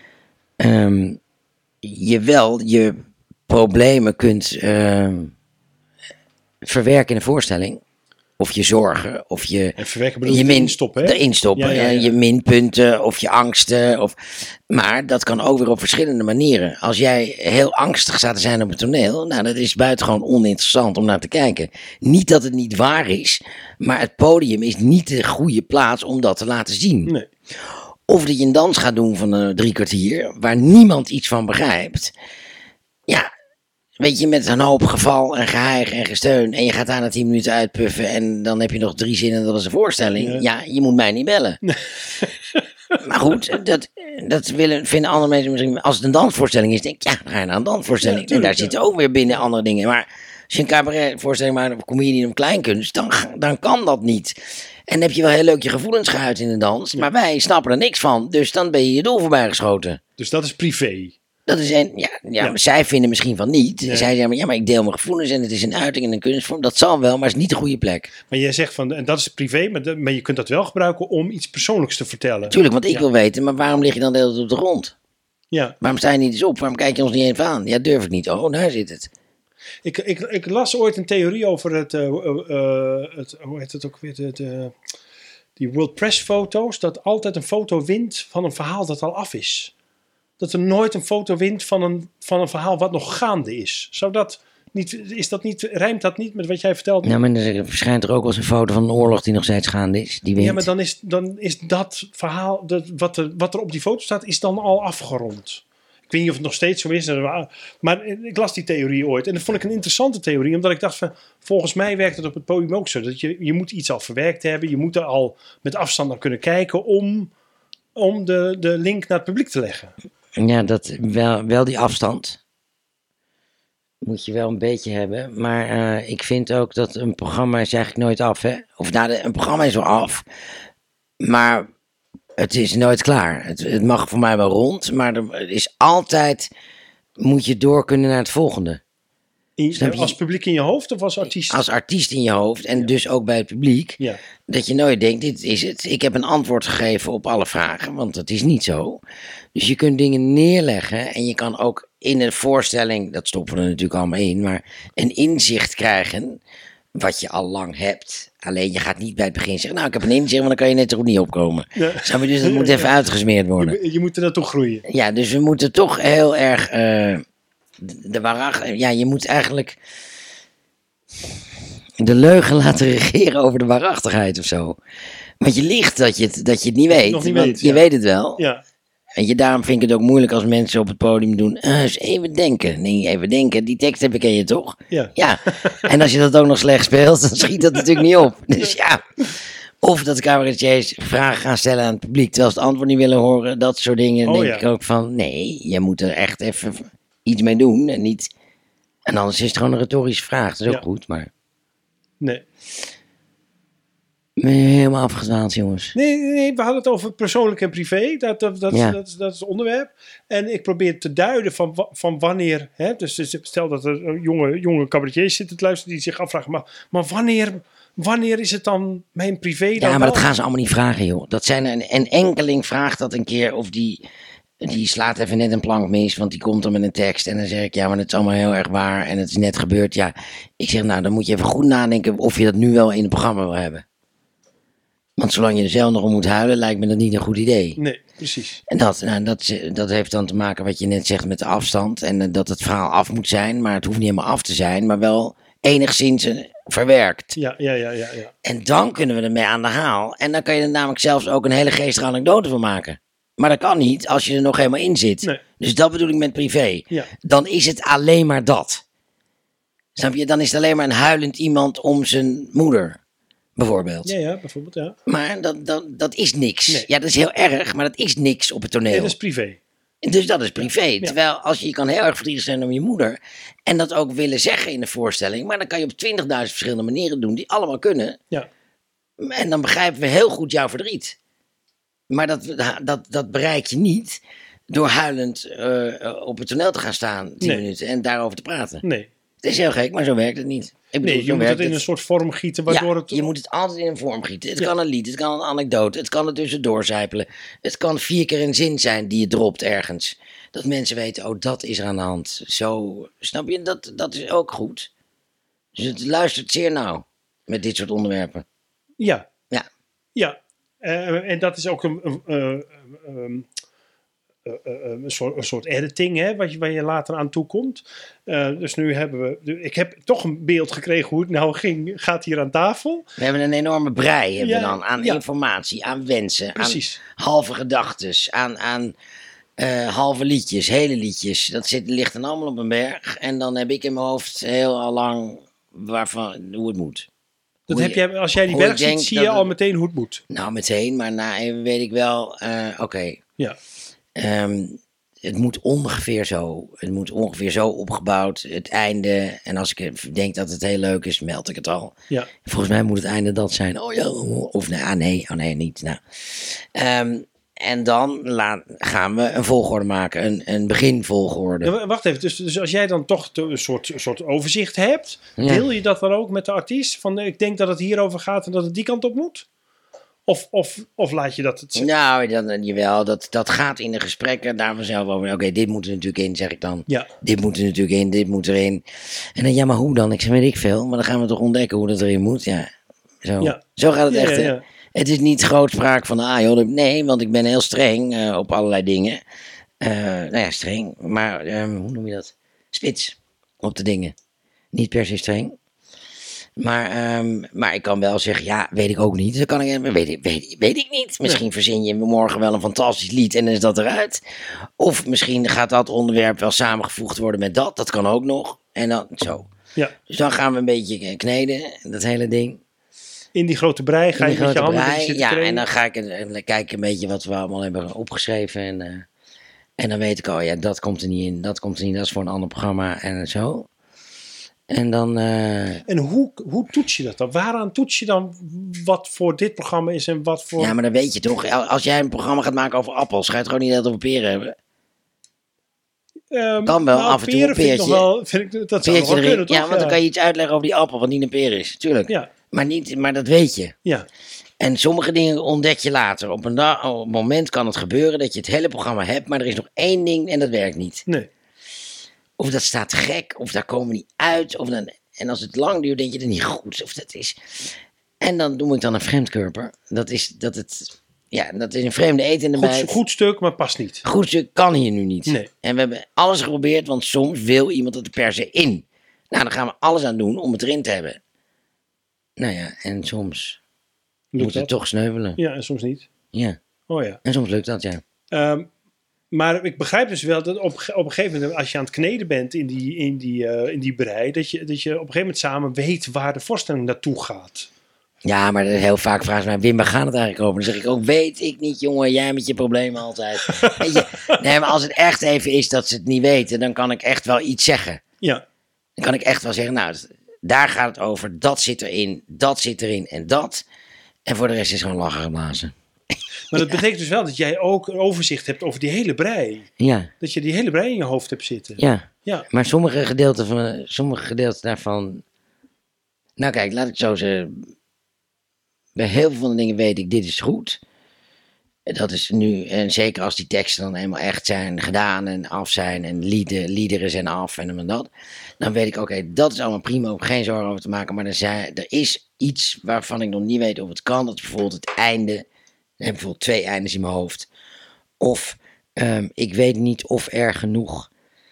je wel je problemen kunt verwerken in een voorstelling. Of je zorgen, of je... En verwerken bedoel je instoppen, hè? Instoppen, ja. Je minpunten, of je angsten. Maar dat kan ook weer op verschillende manieren. Als jij heel angstig staat te zijn op het toneel, nou, dat is buitengewoon oninteressant om naar te kijken. Niet dat het niet waar is, maar het podium is niet de goede plaats om dat te laten zien. Nee. Of dat je een dans gaat doen van 3 kwartier, waar niemand iets van begrijpt. Ja, weet je, met een hoop geval en geheig en gesteun. En je gaat daar na 10 minuten uitpuffen. En dan heb je nog 3 zinnen, dat is een voorstelling. Ja, je moet mij niet bellen. Nee. Maar goed, dat vinden andere mensen misschien. Als het een dansvoorstelling is, denk ik, ja, dan ga je naar een dansvoorstelling. Ja, en daar zitten ook weer binnen andere dingen. Maar als je een cabaretvoorstelling maakt, of comedie of kleinkunst, dan kan dat niet. En dan heb je wel heel leuk je gevoelens geuit in de dans. Ja. Maar wij snappen er niks van. Dus dan ben je je doel voorbij geschoten. Dus dat is privé. Dat is maar zij vinden misschien van niet. Nee. Zij zeggen, maar ik deel mijn gevoelens en het is een uiting en een kunstvorm. Dat zal wel, maar het is niet de goede plek. Maar jij zegt van, en dat is privé, maar je kunt dat wel gebruiken om iets persoonlijks te vertellen. Tuurlijk, want ik wil weten, maar waarom lig je dan de hele tijd op de grond? Ja. Waarom sta je niet eens op? Waarom kijk je ons niet even aan? Ja, durf ik niet. Oh, daar zit het. Ik las ooit een theorie over het hoe heet het ook weer, die World Press foto's, dat altijd een foto wint van een verhaal dat al af is. Dat er nooit een foto wint van een verhaal wat nog gaande is. Rijmt dat niet met wat jij vertelde? Ja, maar er verschijnt er ook wel eens een foto van een oorlog die nog steeds gaande is. Die wint. Ja, maar dan is dat verhaal, wat er op die foto staat, is dan al afgerond. Ik weet niet of het nog steeds zo is. Maar ik las die theorie ooit. En dat vond ik een interessante theorie. Omdat ik dacht van, volgens mij werkt het op het podium ook zo. Dat je moet iets al verwerkt hebben. Je moet er al met afstand naar kunnen kijken om de link naar het publiek te leggen. Ja, dat wel die afstand moet je wel een beetje hebben. Maar ik vind ook dat een programma is eigenlijk nooit af. Hè? Of een programma is wel af. Maar Het is nooit klaar. Het mag voor mij wel rond, maar er is altijd... Moet je door kunnen naar het volgende. Als publiek in je hoofd of als artiest? Als artiest in je hoofd en dus ook bij het publiek. Ja. Dat je nooit denkt, dit is het. Ik heb een antwoord gegeven op alle vragen, want dat is niet zo. Dus je kunt dingen neerleggen en je kan ook in een voorstelling, dat stoppen we er natuurlijk allemaal in, maar een inzicht krijgen wat je al lang hebt. Alleen je gaat niet bij het begin zeggen, nou ik heb een inzicht, want dan kan je net er ook niet opkomen. Ja. Dus dat moet even uitgesmeerd worden. Je moet er naartoe groeien. Ja, dus we moeten toch heel erg... je moet eigenlijk de leugen laten regeren over de waarachtigheid of zo. Want je liegt dat je het niet weet. Nog niet want weet, je ja. weet het wel. Ja. En daarom vind ik het ook moeilijk als mensen op het podium doen. Eens even denken. Nee, even denken. Die tekst ken je toch? Ja. Ja. En als je dat ook nog slecht speelt, dan schiet dat natuurlijk niet op. Dus ja. Of dat de cabaretiers vragen gaan stellen aan het publiek, terwijl ze het antwoord niet willen horen. Dat soort dingen. Dan denk ik ook van, nee, je moet er echt even iets mee doen. En niet... En anders is het gewoon een retorische vraag. Dat is ook goed, maar... Nee. Ben je helemaal afgedwaald, jongens? Nee, we hadden het over persoonlijk en privé. Dat is het onderwerp. En ik probeer te duiden van wanneer... Hè, dus stel dat er jonge cabaretiers zitten te luisteren die zich afvragen... Maar wanneer is het dan mijn privé dan Ja, maar wel? dat gaan ze allemaal niet vragen, joh. Dat zijn een enkeling vraagt dat een keer of die slaat even net een plank mis, want die komt dan met een tekst. En dan zeg ik, ja, maar het is allemaal heel erg waar en het is net gebeurd. Ja, ik zeg, nou, dan moet je even goed nadenken of je dat nu wel in het programma wil hebben. Want zolang je er zelf nog om moet huilen, lijkt me dat niet een goed idee. Nee, precies. En dat heeft dan te maken wat je net zegt met de afstand. En dat het verhaal af moet zijn, maar het hoeft niet helemaal af te zijn, maar wel enigszins verwerkt. Ja. En dan kunnen we ermee aan de haal. En dan kan je er namelijk zelfs ook een hele geestige anekdote van maken. Maar dat kan niet als je er nog helemaal in zit. Nee. Dus dat bedoel ik met privé. Ja. Dan is het alleen maar dat. Snap je? Dan is het alleen maar een huilend iemand om zijn moeder. Bijvoorbeeld. Ja, bijvoorbeeld, ja. Maar dat is niks. Nee. Ja, dat is heel erg, maar dat is niks op het toneel. Nee, dat is privé. Dus dat is privé. Ja. Terwijl als je kan heel erg verdrietig zijn om je moeder. En dat ook willen zeggen in de voorstelling. Maar dan kan je op 20.000 verschillende manieren doen. Die allemaal kunnen. Ja. En dan begrijpen we heel goed jouw verdriet. Maar dat bereik je niet door huilend op het toneel te gaan staan 10 minuten en daarover te praten. Nee. Het is heel gek, maar zo werkt het niet. Ik bedoel, Nee, je zo moet werkt het in een soort vorm gieten waardoor het... je moet het altijd in een vorm gieten. Het kan een lied, het kan een anekdote, het kan er tussendoor zijpelen. Het kan 4 keer een zin zijn die je dropt ergens. Dat mensen weten, oh, dat is er aan de hand. Zo, snap je, dat is ook goed. Dus het luistert zeer nauw met dit soort onderwerpen. Ja. Ja. Ja. En dat is ook een soort editing, hè, waar je later aan toe komt. Dus nu hebben we... Ik heb toch een beeld gekregen hoe het nou gaat hier aan tafel. We hebben een enorme brei hebben we Ja, dan aan informatie, aan wensen, Precies. aan halve gedachtes, aan halve liedjes, hele liedjes. Dat ligt dan allemaal op een berg. En dan heb ik in mijn hoofd heel al lang hoe het moet. Dat heb jij, als jij die berg ziet, zie je al meteen hoe het moet. Nou, meteen, maar na even weet ik wel, oké. Ja. Het moet ongeveer zo. Het moet ongeveer zo opgebouwd. Het einde. En als ik denk dat het heel leuk is, meld ik het al. Ja. Volgens mij moet het einde dat zijn. Oh ja. Of nee. Oh nee, niet. Nou. En dan gaan we een volgorde maken. Een beginvolgorde. Ja, wacht even. Dus als jij dan toch een soort overzicht hebt, Ja. deel je dat dan ook met de artiest? Van ik denk dat het hierover gaat en dat het die kant op moet? Of laat je dat het... Nou, jawel, dat gaat in de gesprekken daar vanzelf over. Oké, dit moet er natuurlijk in, zeg ik dan. Ja. Dit moet er natuurlijk in, dit moet erin. En dan, ja, maar hoe dan? Ik zeg, weet ik veel. Maar dan gaan we toch ontdekken hoe dat erin moet. Ja, zo. Ja. Zo gaat het echt, hè? Ja. Het is niet grootspraak van, joh, nee, want ik ben heel streng op allerlei dingen. Nou ja, streng. Maar, hoe noem je dat? Spits op de dingen. Niet per se streng. Maar ik kan wel zeggen, ja, weet ik ook niet. Dan kan ik, weet ik niet. Misschien verzin je morgen wel een fantastisch lied en dan is dat eruit. Of misschien gaat dat onderwerp wel samengevoegd worden met dat. Dat kan ook nog. En dan zo. Ja. Dus dan gaan we een beetje kneden, dat hele ding. In die grote brei ga je met je handen brei, zitten ja, trainen. en dan kijk ik een beetje wat we allemaal hebben opgeschreven. En dan weet ik, oh ja, dat komt er niet in. Dat komt er niet, dat is voor een ander programma en zo. En dan... En hoe toets je dat dan? Waaraan toets je dan wat voor dit programma is en wat voor... Ja, maar dan weet je toch. Als jij een programma gaat maken over appels, ga je het gewoon niet altijd over peren hebben. Kan wel, af en toe een peertje. Dat zou nog wel kunnen, toch? Ja, want dan kan je iets uitleggen over die appel, wat niet een peer is. Tuurlijk. Ja. Maar dat weet je. Ja. En sommige dingen ontdek je later. Op een moment kan het gebeuren dat je het hele programma hebt, maar er is nog één ding en dat werkt niet. Nee. Of dat staat gek, of daar komen we niet uit. En als het lang duurt, denk je er niet goed. Of dat is... En dan doe ik dan een vreemdkörper. Dat is een vreemde eten in de bijt. Goed stuk, maar past niet. Goed stuk kan hier nu niet. Nee. En we hebben alles geprobeerd, want soms wil iemand het er per se in. Nou, dan gaan we alles aan doen om het erin te hebben. Nou ja, en soms moet het toch sneuvelen. Ja, en soms niet. Ja. Oh ja. En soms lukt dat, ja. Maar ik begrijp dus wel dat op een gegeven moment, als je aan het kneden bent in die brei, dat je op een gegeven moment samen weet waar de voorstelling naartoe gaat. Ja, maar heel vaak vragen ze mij, Wim, waar gaat het eigenlijk over? Dan zeg ik ook, weet ik niet, jongen, jij met je problemen altijd. Weet je? Nee, maar als het echt even is dat ze het niet weten, dan kan ik echt wel iets zeggen. Ja. Dan kan ik echt wel zeggen, nou, daar gaat het over, dat zit erin, dat zit erin en dat. En voor de rest is gewoon lachen geblazen. Maar dat betekent dus wel dat jij ook een overzicht hebt over die hele brei. Ja. Dat je die hele brei in je hoofd hebt zitten. Ja. Ja. Maar sommige gedeelten daarvan... Nou kijk, laat ik het zo zeggen. Bij heel veel van de dingen weet ik, dit is goed. Dat is nu, en zeker als die teksten dan eenmaal echt zijn gedaan en af zijn en liederen zijn af en dat. Dan weet ik, oké, dat is allemaal prima, om geen zorgen over te maken. Maar er is iets waarvan ik nog niet weet of het kan. Dat is bijvoorbeeld het einde. Ik heb bijvoorbeeld 2 eindes in mijn hoofd. Of ik weet niet of er genoeg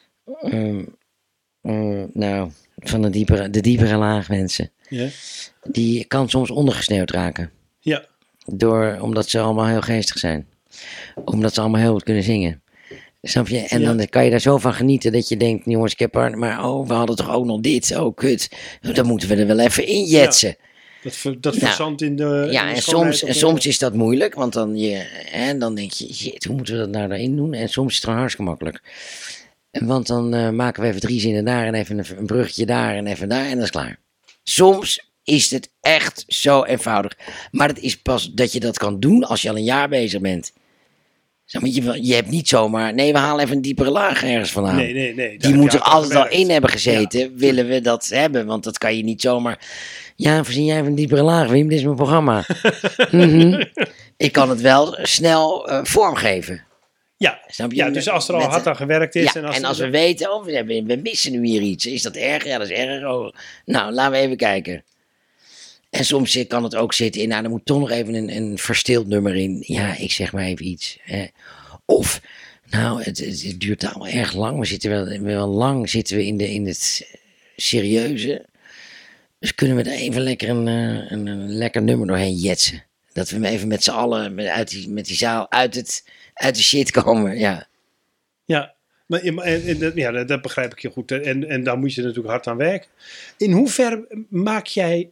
van de diepere laag mensen. Ja. Die kan soms ondergesneeuwd raken. Ja. Omdat ze allemaal heel geestig zijn. Omdat ze allemaal heel goed kunnen zingen. Snap je? En dan kan je daar zo van genieten dat je denkt, jongens, ik heb maar we hadden toch ook nog dit. Oh, kut. Dan moeten we er wel even injetsen. Ja. Dat verzandt in de... Ja, in de en soms is dat moeilijk, want dan denk je, shit, hoe moeten we dat nou daarin doen? En soms is het gewoon hartstikke makkelijk. Want dan maken we even 3 zinnen daar en even een bruggetje daar en even daar en dat is klaar. Soms is het echt zo eenvoudig. Maar het is pas dat je dat kan doen als je al een jaar bezig bent. Je hebt niet zomaar... Nee, we halen even een diepere laag ergens vandaan. Nee. Die moet er altijd al in hebben gezeten. Willen we dat hebben? Want dat kan je niet zomaar... Ja, voorzien jij even een diepere laag, Wim? Dit is mijn programma. Ik kan het wel snel vormgeven. Ja. Snap je? Ja, dus als er al hard aan gewerkt is... Ja, en als we weten, we missen nu hier iets. Is dat erg? Ja, dat is erg. Oh. Nou, laten we even kijken. En soms kan het ook zitten in, er moet toch nog even een verstild nummer in. Ja, ik zeg maar even iets. Of, het duurt allemaal erg lang. We zitten wel lang in het serieuze. Dus kunnen we er even lekker een lekker nummer doorheen jetsen. Dat we even met z'n allen met die zaal uit de shit komen, ja. Ja. Maar dat begrijp ik heel goed. En daar moet je natuurlijk hard aan werken. In hoeverre maak jij...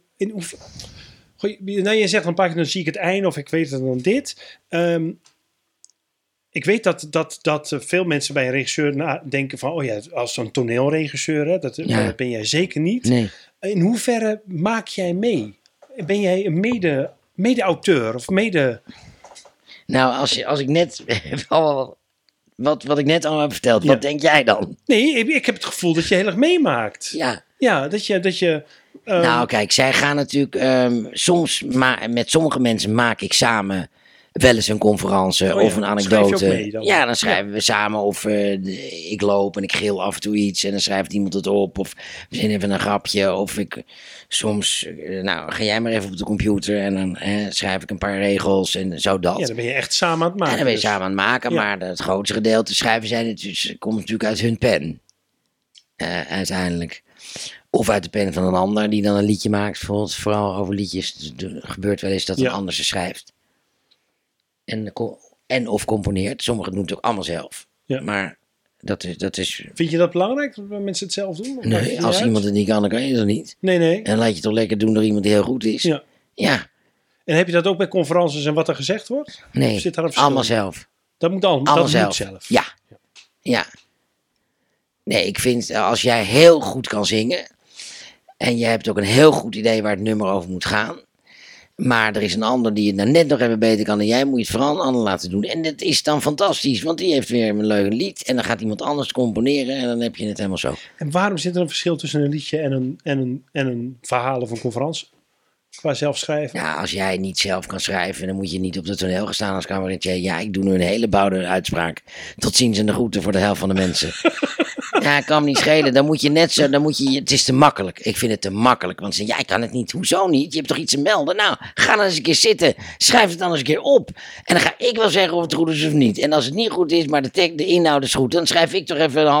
je zegt een paar keer, dan zie ik het einde of ik weet het dan dit. Ik weet dat veel mensen bij een regisseur denken van... Oh ja, als zo'n toneelregisseur, hè, dat ben jij zeker niet. Nee. In hoeverre maak jij mee? Ben jij een mede-auteur of mede... Nou, als ik net... Wat ik net al heb verteld, wat denk jij dan? Nee, ik heb het gevoel dat je heel erg meemaakt. Ja. Ja, dat je Nou, kijk, zij gaan natuurlijk... soms, met sommige mensen maak ik samen wel eens een conferentie of een anekdote. Schrijf je ook mee dan? Ja, dan schrijven we samen of ik loop en ik gil af en toe iets en dan schrijft iemand het op. Of we zien even een grapje. Of ik soms, ga jij maar even op de computer en dan schrijf ik een paar regels en zo dat. Ja, dan ben je echt samen aan het maken. Ja, dan ben je samen aan het maken, maar het grootste gedeelte schrijven komt natuurlijk uit hun pen. Uiteindelijk. Of uit de pen van een ander die dan een liedje maakt. Bijvoorbeeld, vooral over liedjes. Er gebeurt wel eens dat een ander ze schrijft. En of componeert. Sommigen doen het ook allemaal zelf. Ja. Maar dat is... Vind je dat belangrijk dat mensen het zelf doen? Nee, als iemand het niet kan, dan kan je dat niet. Nee. En dan laat je het toch lekker doen door iemand die heel goed is. Ja. En heb je dat ook bij conferences en wat er gezegd wordt? Nee, zit daar allemaal zelf. Dat moet allemaal zelf. Ja. Nee, ik vind als jij heel goed kan zingen... En je hebt ook een heel goed idee waar het nummer over moet gaan. Maar er is een ander die het nou net nog even beter kan dan jij. Moet je het vooral een ander laten doen. En dat is dan fantastisch. Want die heeft weer een leuk lied. En dan gaat iemand anders componeren. En dan heb je het helemaal zo. En waarom zit er een verschil tussen een liedje en een verhaal of een conferentie? Qua zelf schrijven? Ja, als jij niet zelf kan schrijven, dan moet je niet op het toneel gaan staan als cabaretier. Ja, ik doe nu een hele bouwde uitspraak. Tot ziens en de groeten voor de helft van de mensen. Ja, kan me niet schelen. Dan moet je net zo, het is te makkelijk. Ik vind het te makkelijk. Want ze zeggen, ja, ik kan het niet. Hoezo niet? Je hebt toch iets te melden? Nou, ga dan eens een keer zitten. Schrijf het dan eens een keer op. En dan ga ik wel zeggen of het goed is of niet. En als het niet goed is, maar de inhoud is goed, dan schrijf ik toch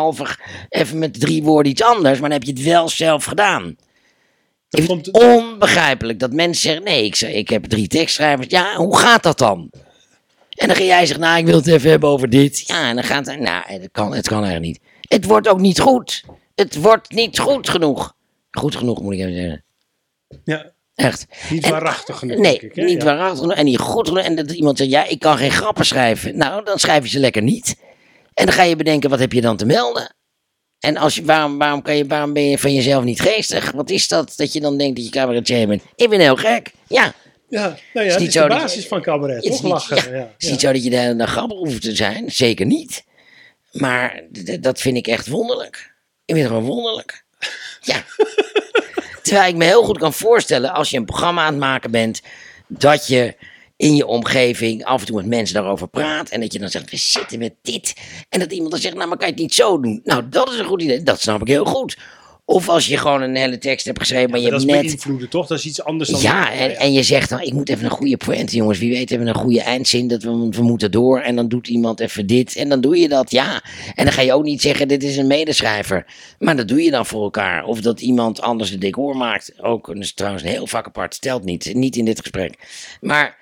even met 3 woorden iets anders. Maar dan heb je het wel zelf gedaan. Ik vind het onbegrijpelijk dat mensen zeggen, nee, ik heb 3 tekstschrijvers. Ja, hoe gaat dat dan? En dan ga jij zeggen, nou, ik wil het even hebben over dit. Ja, en dan gaat het, nou, het kan eigenlijk niet. Het wordt ook niet goed. Het wordt niet goed genoeg. Goed genoeg, moet ik even zeggen. Ja. Echt. Niet waarachtig genoeg. Nee, denk ik, hè? niet waarachtig genoeg. En niet goed genoeg. En dat iemand zegt, ja, ik kan geen grappen schrijven. Nou, dan schrijf je ze lekker niet. En dan ga je bedenken, wat heb je dan te melden? En waarom ben je van jezelf niet geestig? Wat is dat je dan denkt dat je cabaretier bent? Ik ben heel gek. Ja. Ja, nou ja, het is de basis van cabaret, toch? Lachen. Het is niet zo dat je de hele dag grappig hoeft te zijn. Zeker niet. Maar dat vind ik echt wonderlijk. Ik vind het gewoon wonderlijk. Ja. Terwijl ik me heel goed kan voorstellen, als je een programma aan het maken bent, dat je in je omgeving af en toe met mensen daarover praat. En dat je dan zegt, we zitten met dit. En dat iemand dan zegt, nou, maar kan je het niet zo doen? Nou, dat is een goed idee. Dat snap ik heel goed. Of als je gewoon een hele tekst hebt geschreven, maar je hebt net... Dat is beïnvloeden, toch? Dat is iets anders dan... Ja, en je zegt dan, ik moet even een goede pointe, jongens. Wie weet hebben we een goede eindzin, dat we moeten door. En dan doet iemand even dit. En dan doe je dat, ja. En dan ga je ook niet zeggen, dit is een medeschrijver. Maar dat doe je dan voor elkaar. Of dat iemand anders het decor maakt. Ook, dat is trouwens een heel vak apart. Stelt niet. Niet in dit gesprek. Maar...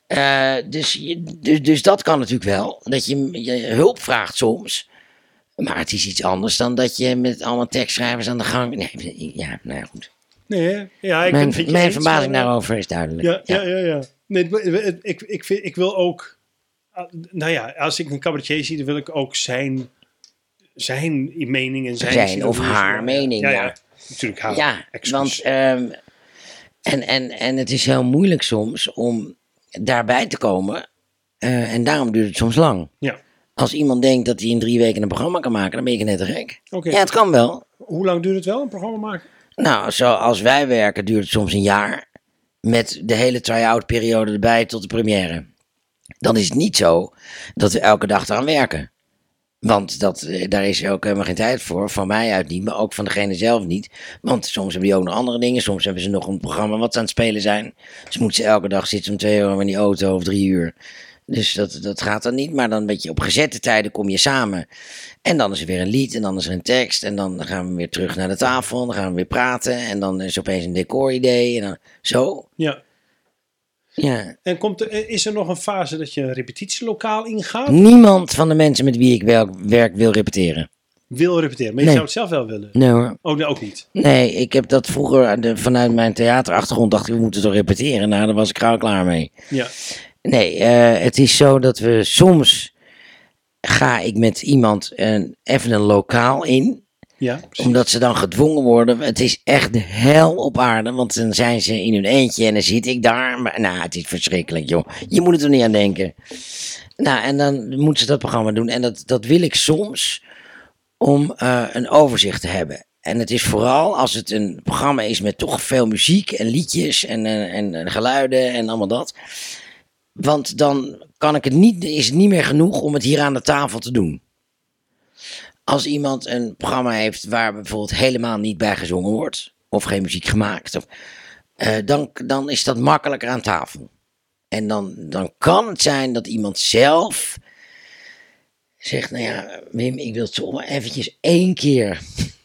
Dus dat kan natuurlijk wel. Dat je hulp vraagt soms. Maar het is iets anders dan dat je met allemaal tekstschrijvers aan de gang... Nee, ja, nou ja, goed. Nee, ja, mijn verbazing daarover is duidelijk. Ja. Nee, ik wil ook... Nou ja, als ik een cabaretier zie, dan wil ik ook zijn mening en zijn of haar mening, ja. Natuurlijk haar. Ja, want... En het is heel moeilijk soms om daarbij te komen. En daarom duurt het soms lang. Ja. Als iemand denkt dat hij in 3 weken een programma kan maken, dan ben je net te gek. Okay. Ja, het kan wel. Hoe lang duurt het wel, een programma maken? Nou, zoals wij werken duurt het soms een jaar. Met de hele try-out periode erbij tot de première. Dan is het niet zo dat we elke dag eraan werken. Want daar is ook helemaal geen tijd voor. Van mij uit niet, maar ook van degene zelf niet. Want soms hebben die ook nog andere dingen. Soms hebben ze nog een programma wat ze aan het spelen zijn. Dus moeten ze elke dag zitten om 2 uur in die auto of 3 uur. Dus dat gaat dan niet. Maar dan een beetje op gezette tijden kom je samen. En dan is er weer een lied en dan is er een tekst. En dan gaan we weer terug naar de tafel. Dan gaan we weer praten. En dan is er opeens een decoridee. En dan zo. Ja. Ja. En is er nog een fase dat je een repetitielokaal ingaat? Niemand van de mensen met wie ik werk wil repeteren. Wil repeteren, maar je zou het zelf wel willen? Nee hoor. Oh, nee, ook niet? Nee, ik heb dat vroeger vanuit mijn theaterachtergrond dacht ik, we moeten toch repeteren. Nou, daar was ik gauw klaar mee. Ja. Nee, het is zo dat we soms ga ik met iemand even een lokaal in. Ja, precies. Omdat ze dan gedwongen worden. Het is echt de hel op aarde. Want dan zijn ze in hun eentje en dan zit ik daar. Maar, nou, het is verschrikkelijk, joh. Je moet het er niet aan denken. Nou, en dan moeten ze dat programma doen. En dat wil ik soms om een overzicht te hebben. En het is vooral als het een programma is met toch veel muziek en liedjes en geluiden en allemaal dat. Want dan is het niet meer genoeg om het hier aan de tafel te doen. Als iemand een programma heeft waar bijvoorbeeld helemaal niet bij gezongen wordt, of geen muziek gemaakt, dan is dat makkelijker aan tafel. En dan kan het zijn dat iemand zelf zegt, nou ja, Wim, ik wil toch maar eventjes 1 keer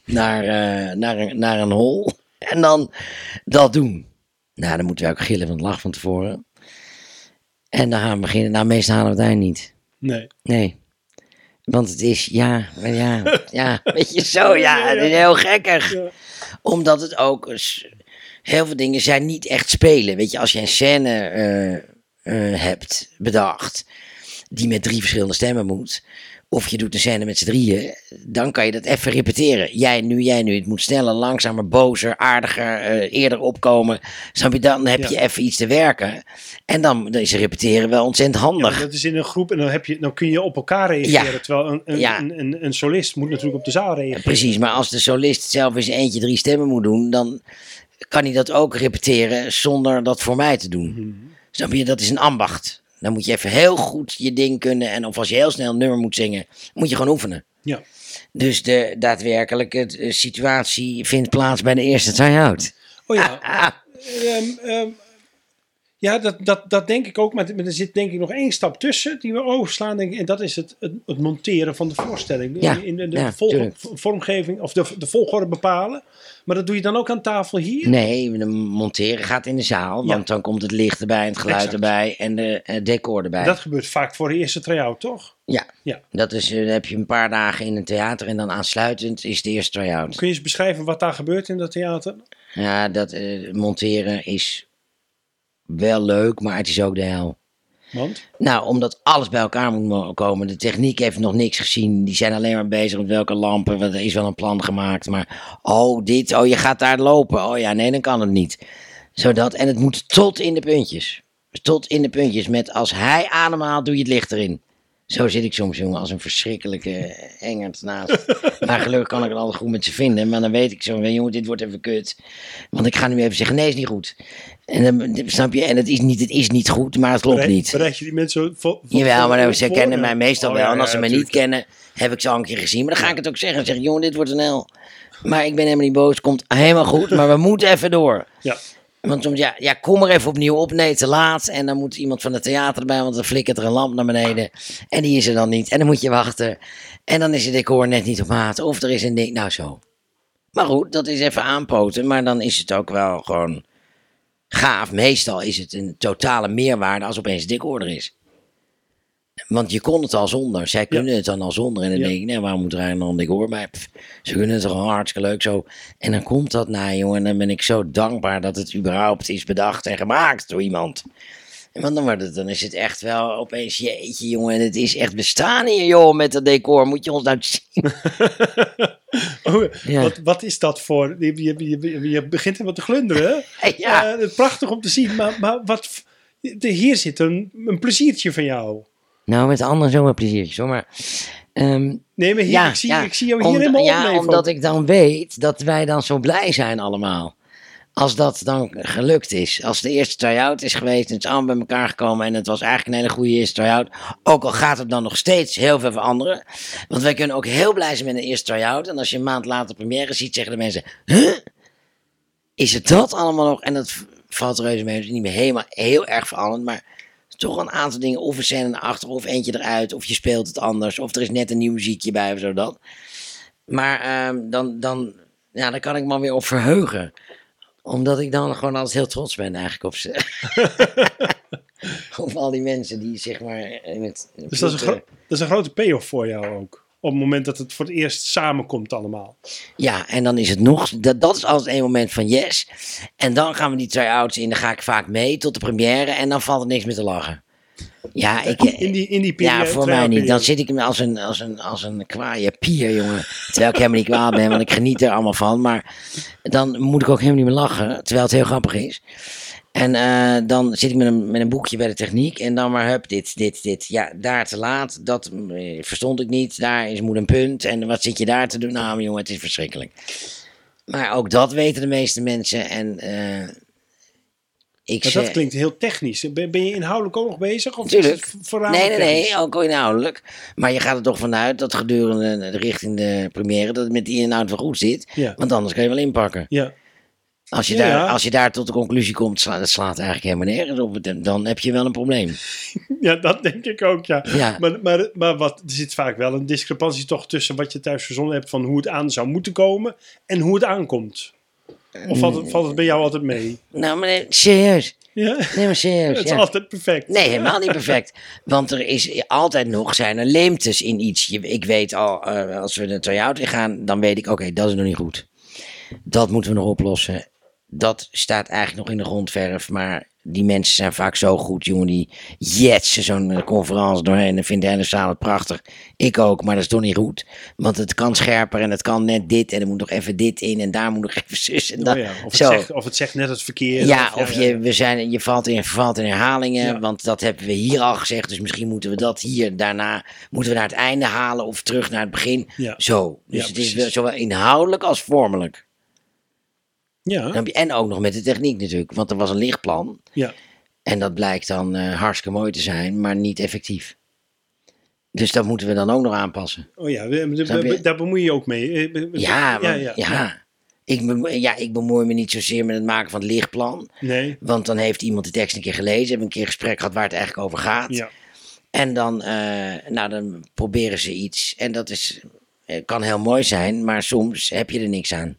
naar een hol en dan dat doen. Nou, dan moeten we ook gillen van het lachen van tevoren. En dan gaan we beginnen. Nou, meestal halen we het eind niet. Nee. Want het is, ja, weet je zo, het is heel gekkig. Ja. Omdat het ook, heel veel dingen zijn niet echt spelen. Weet je, als je een scène hebt bedacht, die met 3 verschillende stemmen moet, Of je doet een scène met z'n drieën. Dan kan je dat even repeteren. Jij nu. Het moet sneller, langzamer, bozer, aardiger, eerder opkomen. Snap je? Dan heb je even iets te werken. En dan is repeteren wel ontzettend handig. Ja, dat is in een groep en dan kun je op elkaar reageren. Ja. Terwijl een solist moet natuurlijk op de zaal reageren. Precies, maar als de solist zelf eens eentje 3 stemmen moet doen, dan kan hij dat ook repeteren zonder dat voor mij te doen. Mm-hmm. Snap je? Dat is een ambacht. Dan moet je even heel goed je ding kunnen. En of als je heel snel een nummer moet zingen, moet je gewoon oefenen. Ja. Dus de daadwerkelijke situatie vindt plaats bij de eerste try-out. Oh ja. Ja, dat denk ik ook. Maar er zit denk ik nog 1 stap tussen die we overslaan. Denk ik, en dat is het monteren van de voorstelling. Ja, in de vormgeving of de volgorde bepalen. Maar dat doe je dan ook aan tafel hier? Nee, de monteren gaat in de zaal. Want dan komt het licht erbij en het geluid erbij en de decor erbij. Dat gebeurt vaak voor de eerste try-out, toch? Ja. Dat is, dan heb je een paar dagen in een theater en dan aansluitend is de eerste try-out. Kun je eens beschrijven wat daar gebeurt in dat theater? Ja, dat monteren is wel leuk, maar het is ook de hel. Want? Nou, omdat alles bij elkaar moet komen. De techniek heeft nog niks gezien. Die zijn alleen maar bezig met welke lampen. Er is wel een plan gemaakt. Maar, je gaat daar lopen. Oh ja, nee, dan kan het niet. Zodat, en het moet tot in de puntjes. Tot in de puntjes. Met als hij ademhaalt, doe je het licht erin. Zo zit ik soms, jongen, als een verschrikkelijke engert naast. Maar gelukkig kan ik het altijd goed met ze vinden. Maar dan weet ik zo, jongen, dit wordt even kut. Want ik ga nu even zeggen, nee, is niet goed. En dan, snap je, en het is niet goed, maar het klopt niet. Bereid je die mensen Jawel, maar ze kennen mij meestal wel. En als ze mij niet kennen, heb ik ze al een keer gezien. Maar dan ga ik het ook zeggen. Dan zeg ik, jongen, dit wordt een hel. Maar ik ben helemaal niet boos, komt helemaal goed. Maar we moeten even door. Ja. Want soms, kom er even opnieuw op. Nee, te laat. En dan moet iemand van het theater erbij, want dan flikkert er een lamp naar beneden. En die is er dan niet. En dan moet je wachten. En dan is het decor net niet op maat. Of er is een ding, nou zo. Maar goed, dat is even aanpoten. Maar dan is het ook wel gewoon gaaf. Meestal is het een totale meerwaarde als opeens het decor er is. Want je kon het al zonder. Zij kunnen het dan al zonder. En dan denk ik, nee, waarom moet er eigenlijk nog een decor bij? Ze kunnen het gewoon hartstikke leuk zo. En dan komt dat jongen. En dan ben ik zo dankbaar dat het überhaupt is bedacht en gemaakt door iemand. Want dan is het echt wel opeens, jeetje jongen. En het is echt bestaan hier, joh, met dat decor. Moet je ons nou zien? Wat is dat voor? Je begint helemaal te glunderen. Ja. Prachtig om te zien. Maar hier zit een pleziertje van jou. Nou, met anderen zomaar pleziertjes hoor, maar... nee, maar hier, ik zie jou hier helemaal opleven. Ja, omdat ik dan weet dat wij dan zo blij zijn allemaal. Als dat dan gelukt is. Als de eerste try-out is geweest en het is allemaal bij elkaar gekomen en het was eigenlijk een hele goede eerste try-out. Ook al gaat het dan nog steeds heel veel veranderen. Want wij kunnen ook heel blij zijn met een eerste try-out. En als je een maand later première ziet, zeggen de mensen... Huh? Is het dat allemaal nog? En dat valt reuze mee. Het is niet meer helemaal heel erg veranderd, maar... toch een aantal dingen, of een scène naar achter, of eentje eruit, of je speelt het anders, of er is net een nieuw muziekje bij, of zo dat. Maar dan kan ik me weer op verheugen. Omdat ik dan gewoon altijd heel trots ben eigenlijk op ze. Op al die mensen die zeg maar... Dus dat is een grote payoff voor jou ook. Op het moment dat het voor het eerst samenkomt allemaal. Ja, en dan is het nog... Dat is altijd één moment van yes. En dan gaan we die try-outs in. Dan ga ik vaak mee tot de première. En dan valt er niks meer te lachen. Ja, in die periode. Ja, voor mij niet. Dan zit ik als een kwaaie pier, jongen. Terwijl ik helemaal niet kwaad ben, want ik geniet er allemaal van. Maar dan moet ik ook helemaal niet meer lachen. Terwijl het heel grappig is. En dan zit ik met een boekje bij de techniek. En dan maar dit. Ja, daar te laat. Dat verstond ik niet. Daar moet een punt. En wat zit je daar te doen? Nou, jongen, het is verschrikkelijk. Maar ook dat weten de meeste mensen. En dat klinkt heel technisch. Ben je inhoudelijk ook nog bezig? Of tuurlijk. Nee, ook inhoudelijk. Maar je gaat er toch vanuit dat gedurende richting de première... dat het met die inhoud wel goed zit. Ja. Want anders kan je wel inpakken. Ja. Als je daar tot de conclusie komt, dat slaat eigenlijk helemaal nergens op. Dan heb je wel een probleem. Ja, dat denk ik ook, ja. Maar er zit vaak wel een discrepantie toch tussen wat je thuis verzonnen hebt... van hoe het aan zou moeten komen en hoe het aankomt. Of valt het bij jou altijd mee? Nou, maar serieus. Ja? Nee, maar serieus. Het is altijd perfect. Nee, helemaal niet perfect. Want er is altijd nog, zijn er leemtes in iets. Ik weet al, als we de try-out in gaan, dan weet ik, oké, dat is nog niet goed. Dat moeten we nog oplossen. Dat staat eigenlijk nog in de grondverf, maar die mensen zijn vaak zo goed, jongen, die jetsen zo'n conferentie doorheen en vinden de hele zaal het prachtig. Ik ook, maar dat is toch niet goed. Want het kan scherper en het kan net dit en er moet nog even dit in en daar moet nog even zus en dat. Of het zegt net het verkeerde. Ja, je valt in herhalingen, want dat hebben we hier al gezegd. Dus misschien moeten we dat hier, daarna moeten we naar het einde halen of terug naar het begin. Ja. Zo, dus het is zowel inhoudelijk als vormelijk. Ja. En ook nog met de techniek natuurlijk, want er was een lichtplan. Ja. En dat blijkt dan hartstikke mooi te zijn, maar niet effectief. Dus dat moeten we dan ook nog aanpassen. Oh ja, daar bemoei je ook mee. Ja. Ik bemoei me niet zozeer met het maken van het lichtplan. Nee. Want dan heeft iemand de tekst een keer gelezen, hebben een keer gesprek gehad waar het eigenlijk over gaat. Ja. En dan proberen ze iets. En dat kan heel mooi zijn, maar soms heb je er niks aan.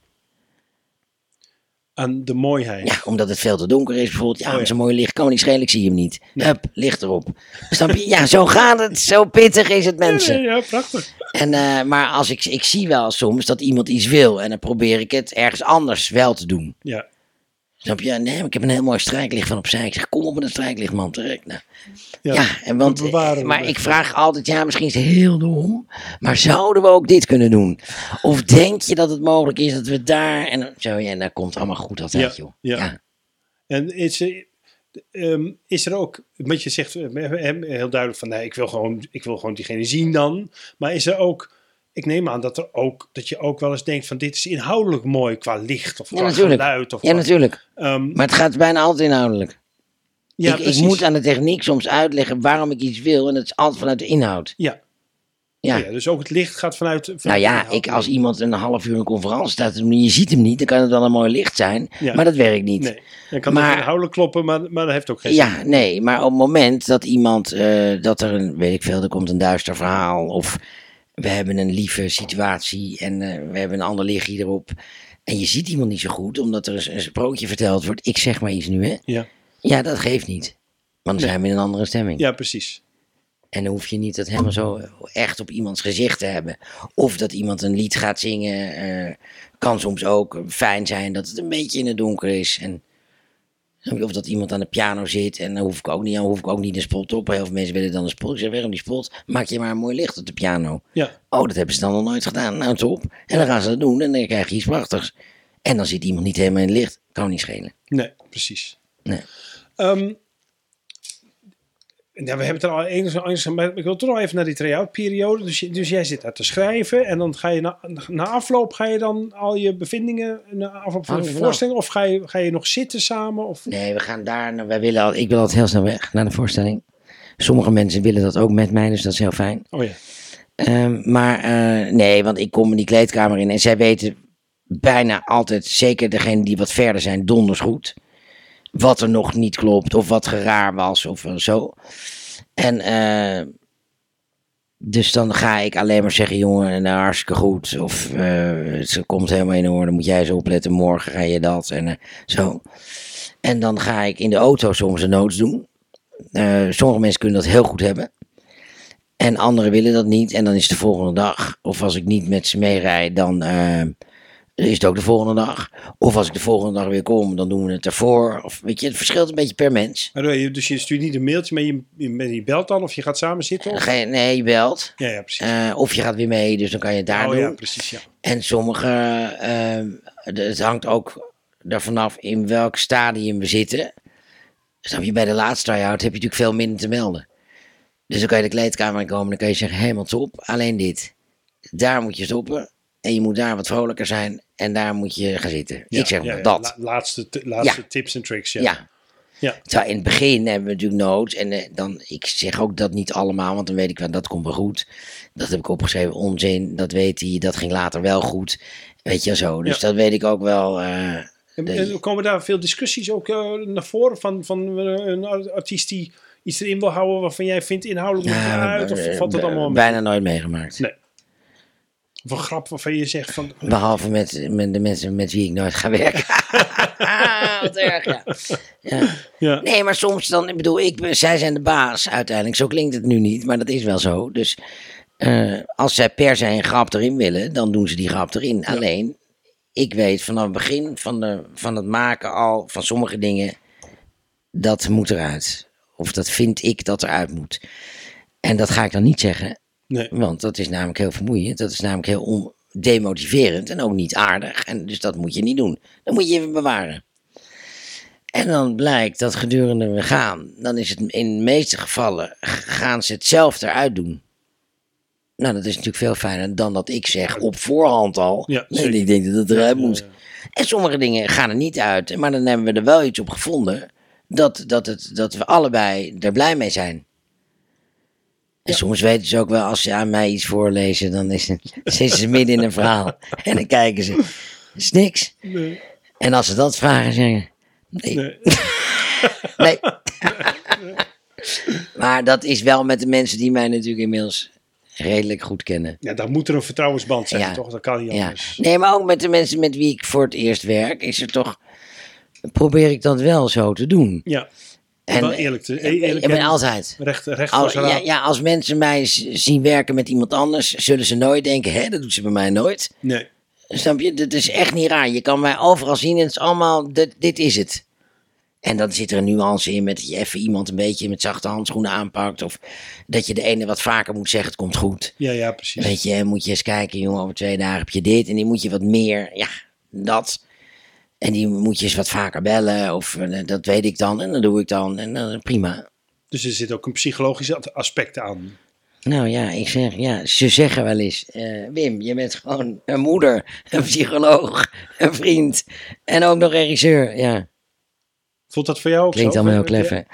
Aan de mooiheid. Ja, omdat het veel te donker is bijvoorbeeld. Ja, met zo'n mooi licht kan me niet schelen, ik zie hem niet. Nee. Hup, licht erop. Snap je? Ja, zo gaat het. Zo pittig is het, mensen. Ja, prachtig. Maar als ik zie wel soms dat iemand iets wil en dan probeer ik het ergens anders wel te doen. Ja. Snap je? Nee, maar ik heb een heel mooi strijklicht van opzij. Ik zeg, kom op met een strijklicht, man. Trek. Nou. Maar ik vraag altijd, misschien is het heel dom, maar zouden we ook dit kunnen doen? Of denk je dat het mogelijk is dat we daar en dat komt allemaal goed altijd, joh. Ja. En is er ook, wat je zegt, heel duidelijk van, nee, ik wil gewoon diegene zien dan, maar is er ook, ik neem aan dat je ook wel eens denkt van, dit is inhoudelijk mooi qua licht of qua geluid. Of natuurlijk. Maar het gaat bijna altijd inhoudelijk. Ja, ik moet aan de techniek soms uitleggen waarom ik iets wil en dat is altijd vanuit de inhoud. Ja. Ja, dus ook het licht gaat vanuit als iemand een half uur een conferentie staat te doen en je ziet hem niet, dan kan het wel een mooi licht zijn, maar dat werkt niet. Nee, dan kan het inhoudelijk kloppen, maar dat heeft ook geen zin. Ja, nee, maar op het moment dat iemand, dat er er komt een duister verhaal of we hebben een lieve situatie en we hebben een ander lichtje erop en je ziet iemand niet zo goed, omdat er een sprookje verteld wordt, ik zeg maar iets nu, hè. Ja, dat geeft niet, want dan zijn we in een andere stemming. Ja, precies. En dan hoef je niet dat helemaal zo echt op iemands gezicht te hebben. Of dat iemand een lied gaat zingen. Kan soms ook fijn zijn dat het een beetje in het donker is. Of dat iemand aan de piano zit. En dan hoef ik ook niet een spot op. Heel veel mensen willen dan een spot. Ik zeg, waarom die spot? Maak je maar een mooi licht op de piano. Ja. Oh, dat hebben ze dan nog nooit gedaan. Nou, top. En dan gaan ze dat doen en dan krijg je iets prachtigs. En dan zit iemand niet helemaal in het licht. Kan niet schelen. Nee, precies. Nee. We hebben het er al eens, maar ik wil toch nog even naar die try-out periode. Dus jij zit daar te schrijven en dan ga je na afloop ga je dan al je bevindingen na afloop van de voorstelling of ga je nog zitten samen? Of? Nee, we gaan daar. Ik wil altijd heel snel weg naar de voorstelling. Sommige mensen willen dat ook met mij, dus dat is heel fijn. Oh ja. Nee, want ik kom in die kleedkamer in en zij weten bijna altijd, zeker degene die wat verder zijn, donders goed. Wat er nog niet klopt, of wat geraar was, of zo. En dus dan ga ik alleen maar zeggen, jongen, nou, hartstikke goed. Of het komt helemaal in orde, moet jij eens opletten, morgen ga je dat. En zo. En dan ga ik in de auto soms een notes doen. Sommige mensen kunnen dat heel goed hebben. En anderen willen dat niet. En dan is het de volgende dag. Of als ik niet met ze meerijd, dan is het ook de volgende dag. Of als ik de volgende dag weer kom, dan doen we het ervoor. Of weet je, het verschilt een beetje per mens. Dus je stuurt niet een mailtje, maar je belt dan? Of je gaat samen zitten? Nee, je belt. Ja, precies. Of je gaat weer mee, dus dan kan je het daar doen. Ja, precies, ja. En sommige, het hangt ook ervan af in welk stadium we zitten. Snap je, bij de laatste try-out heb je natuurlijk veel minder te melden. Dus dan kan je de kleedkamer in komen en dan kan je zeggen, helemaal top, alleen dit. Daar moet je stoppen. En je moet daar wat vrolijker zijn. En daar moet je gaan zitten. Ik zeg maar dat. Laatste tips en tricks. Ja. Terwijl in het begin hebben we natuurlijk notes. En ik zeg ook dat niet allemaal. Want dan weet ik wel, dat komt wel goed. Dat heb ik opgeschreven. Onzin. Dat weet hij. Dat ging later wel goed. Weet je zo. Dus dat weet ik ook wel. En komen daar veel discussies ook naar voren? Van een artiest die iets erin wil houden. Waarvan jij vindt inhoudelijk niet uit? Of valt dat allemaal mee? Bijna nooit meegemaakt. Nee. Of een grap waarvan je zegt van... Behalve met de mensen met wie ik nooit ga werken. Wat erg, ja. Nee, maar soms dan... Ik bedoel, zij zijn de baas uiteindelijk. Zo klinkt het nu niet, maar dat is wel zo. Dus als zij per se een grap erin willen, dan doen ze die grap erin. Ja. Alleen, ik weet vanaf het begin van het maken al van sommige dingen... dat moet eruit. Of dat vind ik dat eruit moet. En dat ga ik dan niet zeggen. Nee. Want dat is namelijk heel vermoeiend. Dat is namelijk heel demotiverend en ook niet aardig. En dus dat moet je niet doen. Dat moet je even bewaren. En dan blijkt dat gedurende we gaan, dan is het in de meeste gevallen, gaan ze het zelf eruit doen. Nou, dat is natuurlijk veel fijner dan dat ik zeg op voorhand al. Ja, en ik denk dat het eruit moet. En sommige dingen gaan er niet uit. Maar dan hebben we er wel iets op gevonden. Dat we allebei er blij mee zijn. En soms weten ze ook wel, als ze aan mij iets voorlezen, dan zitten ze midden in een verhaal. En dan kijken ze. Het is niks. Nee. En als ze dat vragen, zeggen nee. Nee. Maar dat is wel met de mensen die mij natuurlijk inmiddels redelijk goed kennen. Ja, dan moet er een vertrouwensband zijn, Ja. toch? Dat kan niet anders. Nee, maar ook met de mensen met wie ik voor het eerst werk, probeer ik dat wel zo te doen. Ja, En wel eerlijk. ik ben altijd. Recht voor zijn raap. Als mensen mij zien werken met iemand anders, zullen ze nooit denken, dat doet ze bij mij nooit. Nee. Snap je? Dat is echt niet raar. Je kan mij overal zien en het is allemaal, dit is het. En dan zit er een nuance in met dat je even iemand een beetje met zachte handschoenen aanpakt. Of dat je de ene wat vaker moet zeggen, het komt goed. Ja, precies. Weet je, moet je eens kijken, jongen, over 2 dagen heb je dit. En die moet je wat meer, dat. En die moet je eens wat vaker bellen. Of dat weet ik dan en dat doe ik dan. En dan prima. Dus er zit ook een psychologisch aspect aan. Nou ja, ik zeg, ze zeggen wel eens, Wim, je bent gewoon een moeder, een psycholoog, een vriend en ook nog regisseur, ja. Voelt dat voor jou ook Klinkt zo? allemaal heel clever.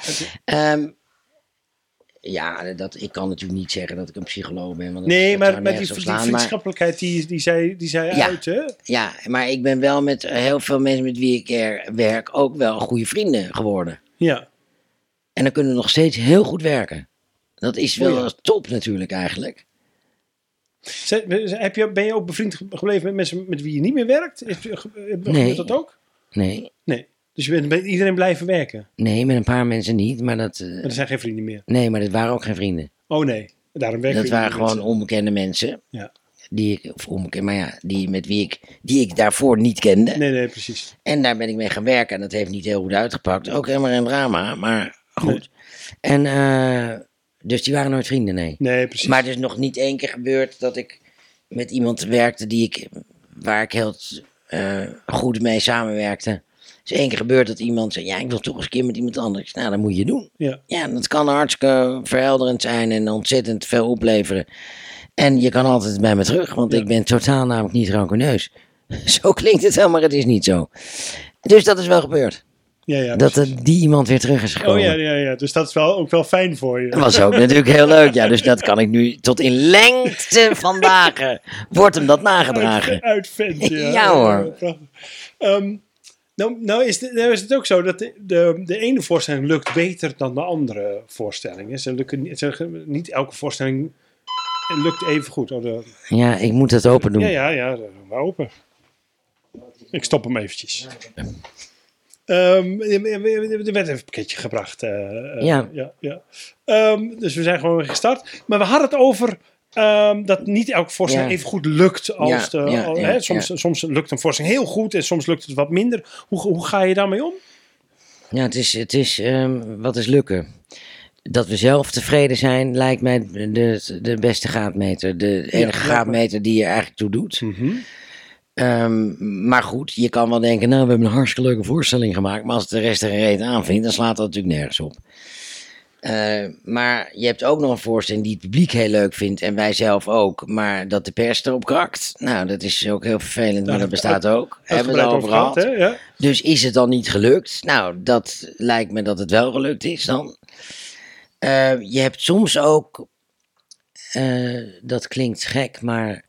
Ik kan natuurlijk niet zeggen dat ik een psycholoog ben. Want Nee, dat maar zou met die nergens op slaan, vriendschappelijkheid die zij Ja. uit, hè? Ja, maar ik ben wel met heel veel mensen met wie ik werk ook wel goede vrienden geworden. Ja. En dan kunnen we nog steeds heel goed werken. Dat is wel ja. top natuurlijk eigenlijk. Ben je ook bevriend gebleven met mensen met wie je niet meer werkt? Nee. Gebeurt dat ook? Nee, Dus je bent met iedereen blijven werken? met een paar mensen niet, maar dat... Maar er zijn geen vrienden meer? Nee, maar dat waren ook geen vrienden. Oh nee, daarom werken Dat we waren niet met gewoon onbekende mensen. Ja. Die ik daarvoor niet kende. Nee, precies. En daar ben ik mee gaan werken. En dat heeft niet heel goed uitgepakt. Ook helemaal geen drama, maar goed. Nee. En dus die waren nooit vrienden, nee. Nee, precies. Maar het is nog niet 1 keer gebeurd dat ik met iemand werkte waar ik heel goed mee samenwerkte. Het is 1 keer gebeurd dat iemand zei, ik wil toch eens een keer met iemand anders. Nou, dat moet je doen. Ja, dat kan hartstikke verhelderend zijn en ontzettend veel opleveren. En je kan altijd bij me terug, want ik ben totaal namelijk niet rancuneus. Zo klinkt het wel, maar het is niet zo. Dus dat is wel gebeurd. Ja, dat die iemand weer terug is gekomen. Ja. Dus dat is ook wel fijn voor je. Dat was ook natuurlijk heel leuk. Ja, dus dat kan ik nu tot in lengte van dagen. Wordt hem dat nagedragen. Uitvent, ja. Ja hoor. Nou is het ook zo dat de ene voorstelling lukt beter dan de andere voorstelling. Niet elke voorstelling lukt even goed. Ja, ik moet het open doen. Ja, maar open. Ik stop hem eventjes. Er werd even een pakketje gebracht. Dus we zijn gewoon weer gestart. Maar we hadden het over dat niet elke voorstelling even goed lukt. Soms lukt een voorstelling heel goed en soms lukt het wat minder. Hoe ga je daarmee om? Ja, het is wat is lukken? Dat we zelf tevreden zijn lijkt mij de beste graadmeter. De enige graadmeter die je eigenlijk toe doet. Mm-hmm. Maar goed, je kan wel denken, we hebben een hartstikke leuke voorstelling gemaakt. Maar als de rest er geen reet aanvindt, dan slaat dat natuurlijk nergens op. Maar je hebt ook nog een voorstelling die het publiek heel leuk vindt. En wij zelf ook. Maar dat de pers erop krakt. Nou, dat is ook heel vervelend, maar dat bestaat ook. Hebben we het over gehad. Hè? Ja. Dus is het dan niet gelukt? Nou, dat lijkt me dat het wel gelukt is dan. Je hebt soms ook, dat klinkt gek, maar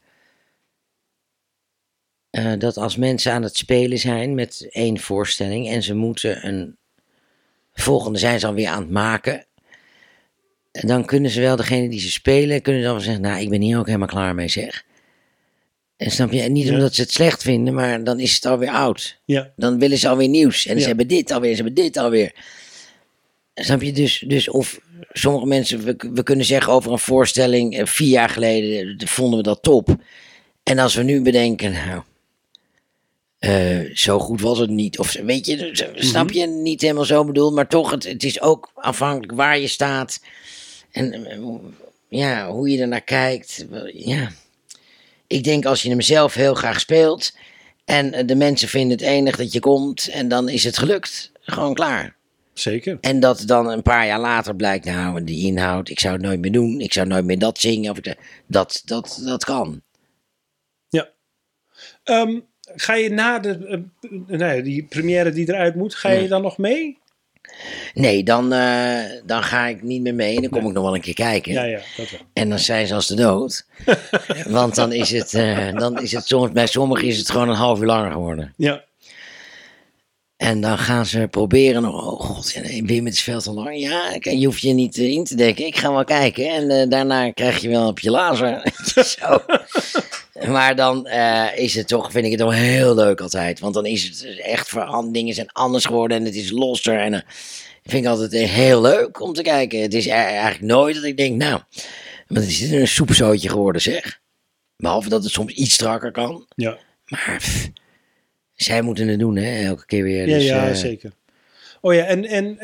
dat als mensen aan het spelen zijn met 1 voorstelling en ze moeten een volgende zijn ze alweer aan het maken, dan kunnen ze wel, degene die ze spelen, kunnen dan wel zeggen, ik ben hier ook helemaal klaar mee, zeg. En snap je, en niet omdat ze het slecht vinden, maar dan is het alweer oud. Ja. Dan willen ze alweer nieuws en ze hebben dit alweer, ze hebben dit alweer. Snap je, dus of sommige mensen, we kunnen zeggen over een voorstelling 4 jaar geleden vonden we dat top. En als we nu bedenken, Zo goed was het niet. Of weet je, snap je, niet helemaal zo bedoeld. Maar toch, het is ook afhankelijk waar je staat. En hoe je ernaar kijkt. Ja. Ik denk als je hem zelf heel graag speelt. En de mensen vinden het enig dat je komt. En dan is het gelukt. Gewoon klaar. Zeker. En dat dan een paar jaar later blijkt. Nou, die inhoud. Ik zou het nooit meer doen. Ik zou nooit meer dat zingen. Of dat kan. Ja. Ga je na die première die eruit moet, ga je dan nog mee? Nee, dan ga ik niet meer mee. Dan kom ik nog wel een keer kijken. Ja, dat wel. En dan zijn ze als de dood. Want dan is het soms, bij sommigen is het gewoon een half uur langer geworden. Ja. En dan gaan ze proberen nog, oh god, Wim, het is veel te lang. Ja, je hoeft je niet in te dekken. Ik ga wel kijken. En daarna krijg je wel op je lazer. Zo. Maar dan is het toch, vind ik het toch heel leuk altijd. Want dan is het echt, dingen zijn anders geworden en het is losser. En vind ik altijd heel leuk om te kijken. Het is eigenlijk nooit dat ik denk, nou, wat is dit een soepzootje geworden zeg. Behalve dat het soms iets strakker kan. Ja. Maar zij moeten het doen, hè, elke keer weer. Dus, ja, zeker. Oh ja,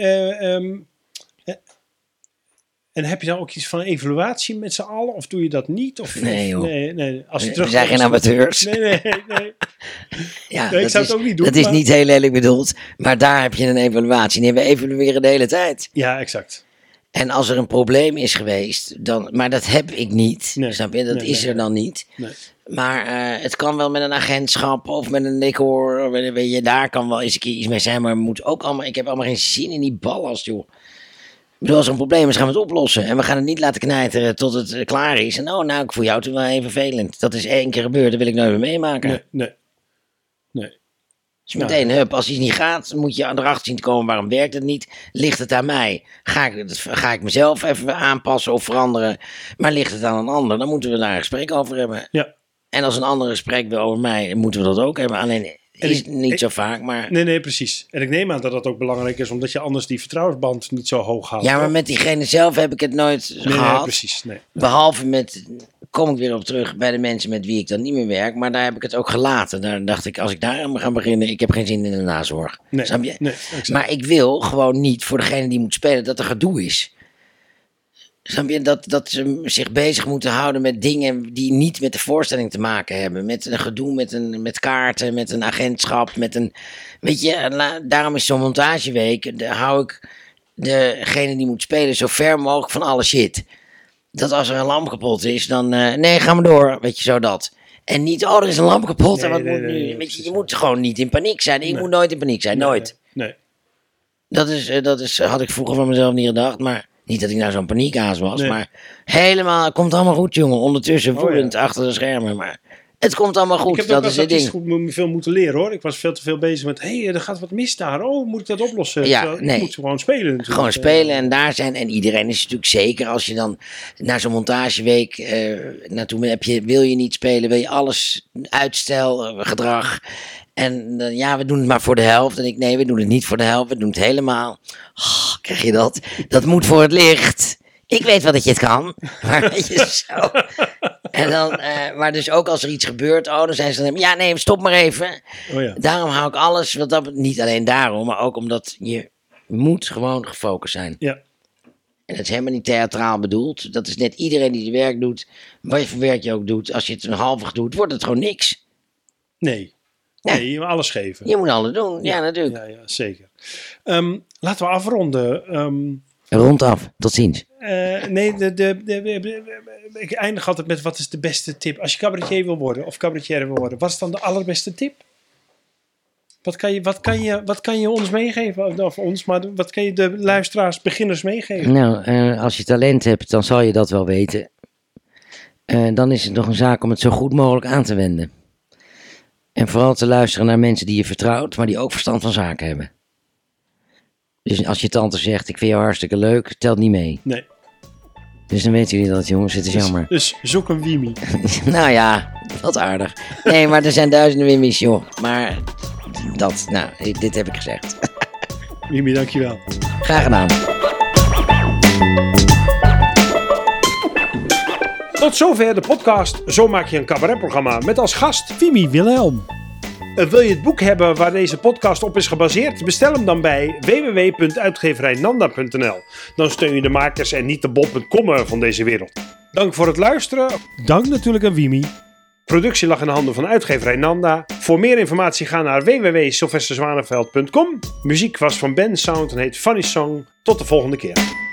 en heb je dan ook iets van evaluatie met z'n allen? Of doe je dat niet? Of, nee, joh. Nee. Als je we zijn geen amateurs. Nee. Ja, ik zou het ook niet doen. Dat is niet heel lelijk bedoeld. Maar daar heb je een evaluatie. Nee, we evalueren de hele tijd. Ja, exact. En als er een probleem is geweest, dan, maar dat heb ik niet. Nee. Snap je? Dat is er dan niet. Nee. Maar het kan wel met een agentschap of met een decor. Weet je, daar kan wel eens een keer iets mee zijn. Maar moet ook allemaal, ik heb allemaal geen zin in die ballast, joh. Ik bedoel, als er een probleem is, gaan we het oplossen. En we gaan het niet laten knijteren tot het klaar is. En nou, ik voel jou toen wel even vervelend. Dat is 1 keer gebeurd, dat wil ik nooit meer meemaken. Nee. Dus meteen, als iets niet gaat, moet je erachter zien te komen, waarom werkt het niet? Ligt het aan mij? Ga ik mezelf even aanpassen of veranderen? Maar ligt het aan een ander? Dan moeten we daar een gesprek over hebben. Ja. En als een ander gesprek wil over mij, moeten we dat ook hebben. Alleen is het niet zo vaak, maar... Nee, precies. En ik neem aan dat dat ook belangrijk is, omdat je anders die vertrouwensband niet zo hoog houdt. Ja, maar met diegene zelf heb ik het nooit gehad. Nee, precies. Nee. Behalve kom ik weer op terug bij de mensen met wie ik dan niet meer werk. Maar daar heb ik het ook gelaten. Daar dacht ik, als ik daar aan ga beginnen, ik heb geen zin in de nazorg. Nee, snap je? Nee, exact. Maar ik wil gewoon niet voor degene die moet spelen dat er gedoe is. Snap je? Dat ze zich bezig moeten houden met dingen die niet met de voorstelling te maken hebben. Met een gedoe, met kaarten, met een agentschap, weet je, daarom is zo'n montageweek, daar hou ik degene die moet spelen zo ver mogelijk van alle shit. Dat als er een lamp kapot is, dan nee, ga maar door, weet je, zo dat. En niet, er is een lamp kapot en wat moet nu? Weet je moet gewoon niet in paniek zijn. Ik moet nooit in paniek zijn, nooit. Nee. Dat is, had ik vroeger van mezelf niet gedacht, maar... Niet dat ik nou zo'n paniekaas was, maar helemaal, het komt allemaal goed, jongen. Ondertussen woedend achter de schermen, maar het komt allemaal goed. Ik heb dat is het ding. Goed veel moeten leren, hoor. Ik was veel te veel bezig met, er gaat wat mis daar. Oh, moet ik dat oplossen? Ja, ik moet gewoon spelen natuurlijk. Gewoon spelen en daar zijn. En iedereen is natuurlijk zeker, als je dan naar zo'n montageweek naartoe heb wil je niet spelen, wil je alles uitstelgedrag. En we doen het maar voor de helft. En nee, we doen het niet voor de helft. We doen het helemaal. Oh, krijg je dat? Dat moet voor het licht. Ik weet wel dat je het kan. Maar weet je, zo. En dan, maar dus ook als er iets gebeurt, dan zijn ze dan, nee, stop maar even. Oh ja. Daarom hou ik alles, niet alleen daarom, maar ook omdat je moet gewoon gefocust zijn. Ja. En dat is helemaal niet theatraal bedoeld. Dat is net iedereen die zijn werk doet, wat voor werk je ook doet. Als je het een halvig doet, wordt het gewoon niks. Nee. Nee, je moet alles geven. Je moet alles doen, ja natuurlijk. Ja, zeker. Laten we afronden. Rondaf, tot ziens. Ik eindig altijd met, wat is de beste tip? Als je cabaretier wil worden of cabaretier wil worden, wat is dan de allerbeste tip? Wat kan je ons meegeven? Of ons, maar wat kan je de luisteraars, beginners meegeven? Nou, als je talent hebt, dan zal je dat wel weten. Dan is het nog een zaak om het zo goed mogelijk aan te wenden. En vooral te luisteren naar mensen die je vertrouwt, maar die ook verstand van zaken hebben. Dus als je tante zegt, ik vind jou hartstikke leuk, telt niet mee. Nee. Dus dan weten jullie dat, jongens, het is jammer. Dus zoek een Wimi. Nou ja, wat aardig. Nee, maar er zijn duizenden Wimis, joh. Maar dit heb ik gezegd. Wimi, dankjewel. Graag gedaan. Tot zover de podcast Zo maak je een cabaretprogramma met als gast Wimi Wilhelm. Wil je het boek hebben waar deze podcast op is gebaseerd? Bestel hem dan bij www.uitgeverijnanda.nl. Dan steun je de makers en niet de bol.com van deze wereld. Dank voor het luisteren. Dank natuurlijk aan Wimi. Productie lag in de handen van uitgeverij Nanda. Voor meer informatie ga naar www.sylvesterzwaneveld.com. Muziek was van Ben Sound en heet Funny Song. Tot de volgende keer.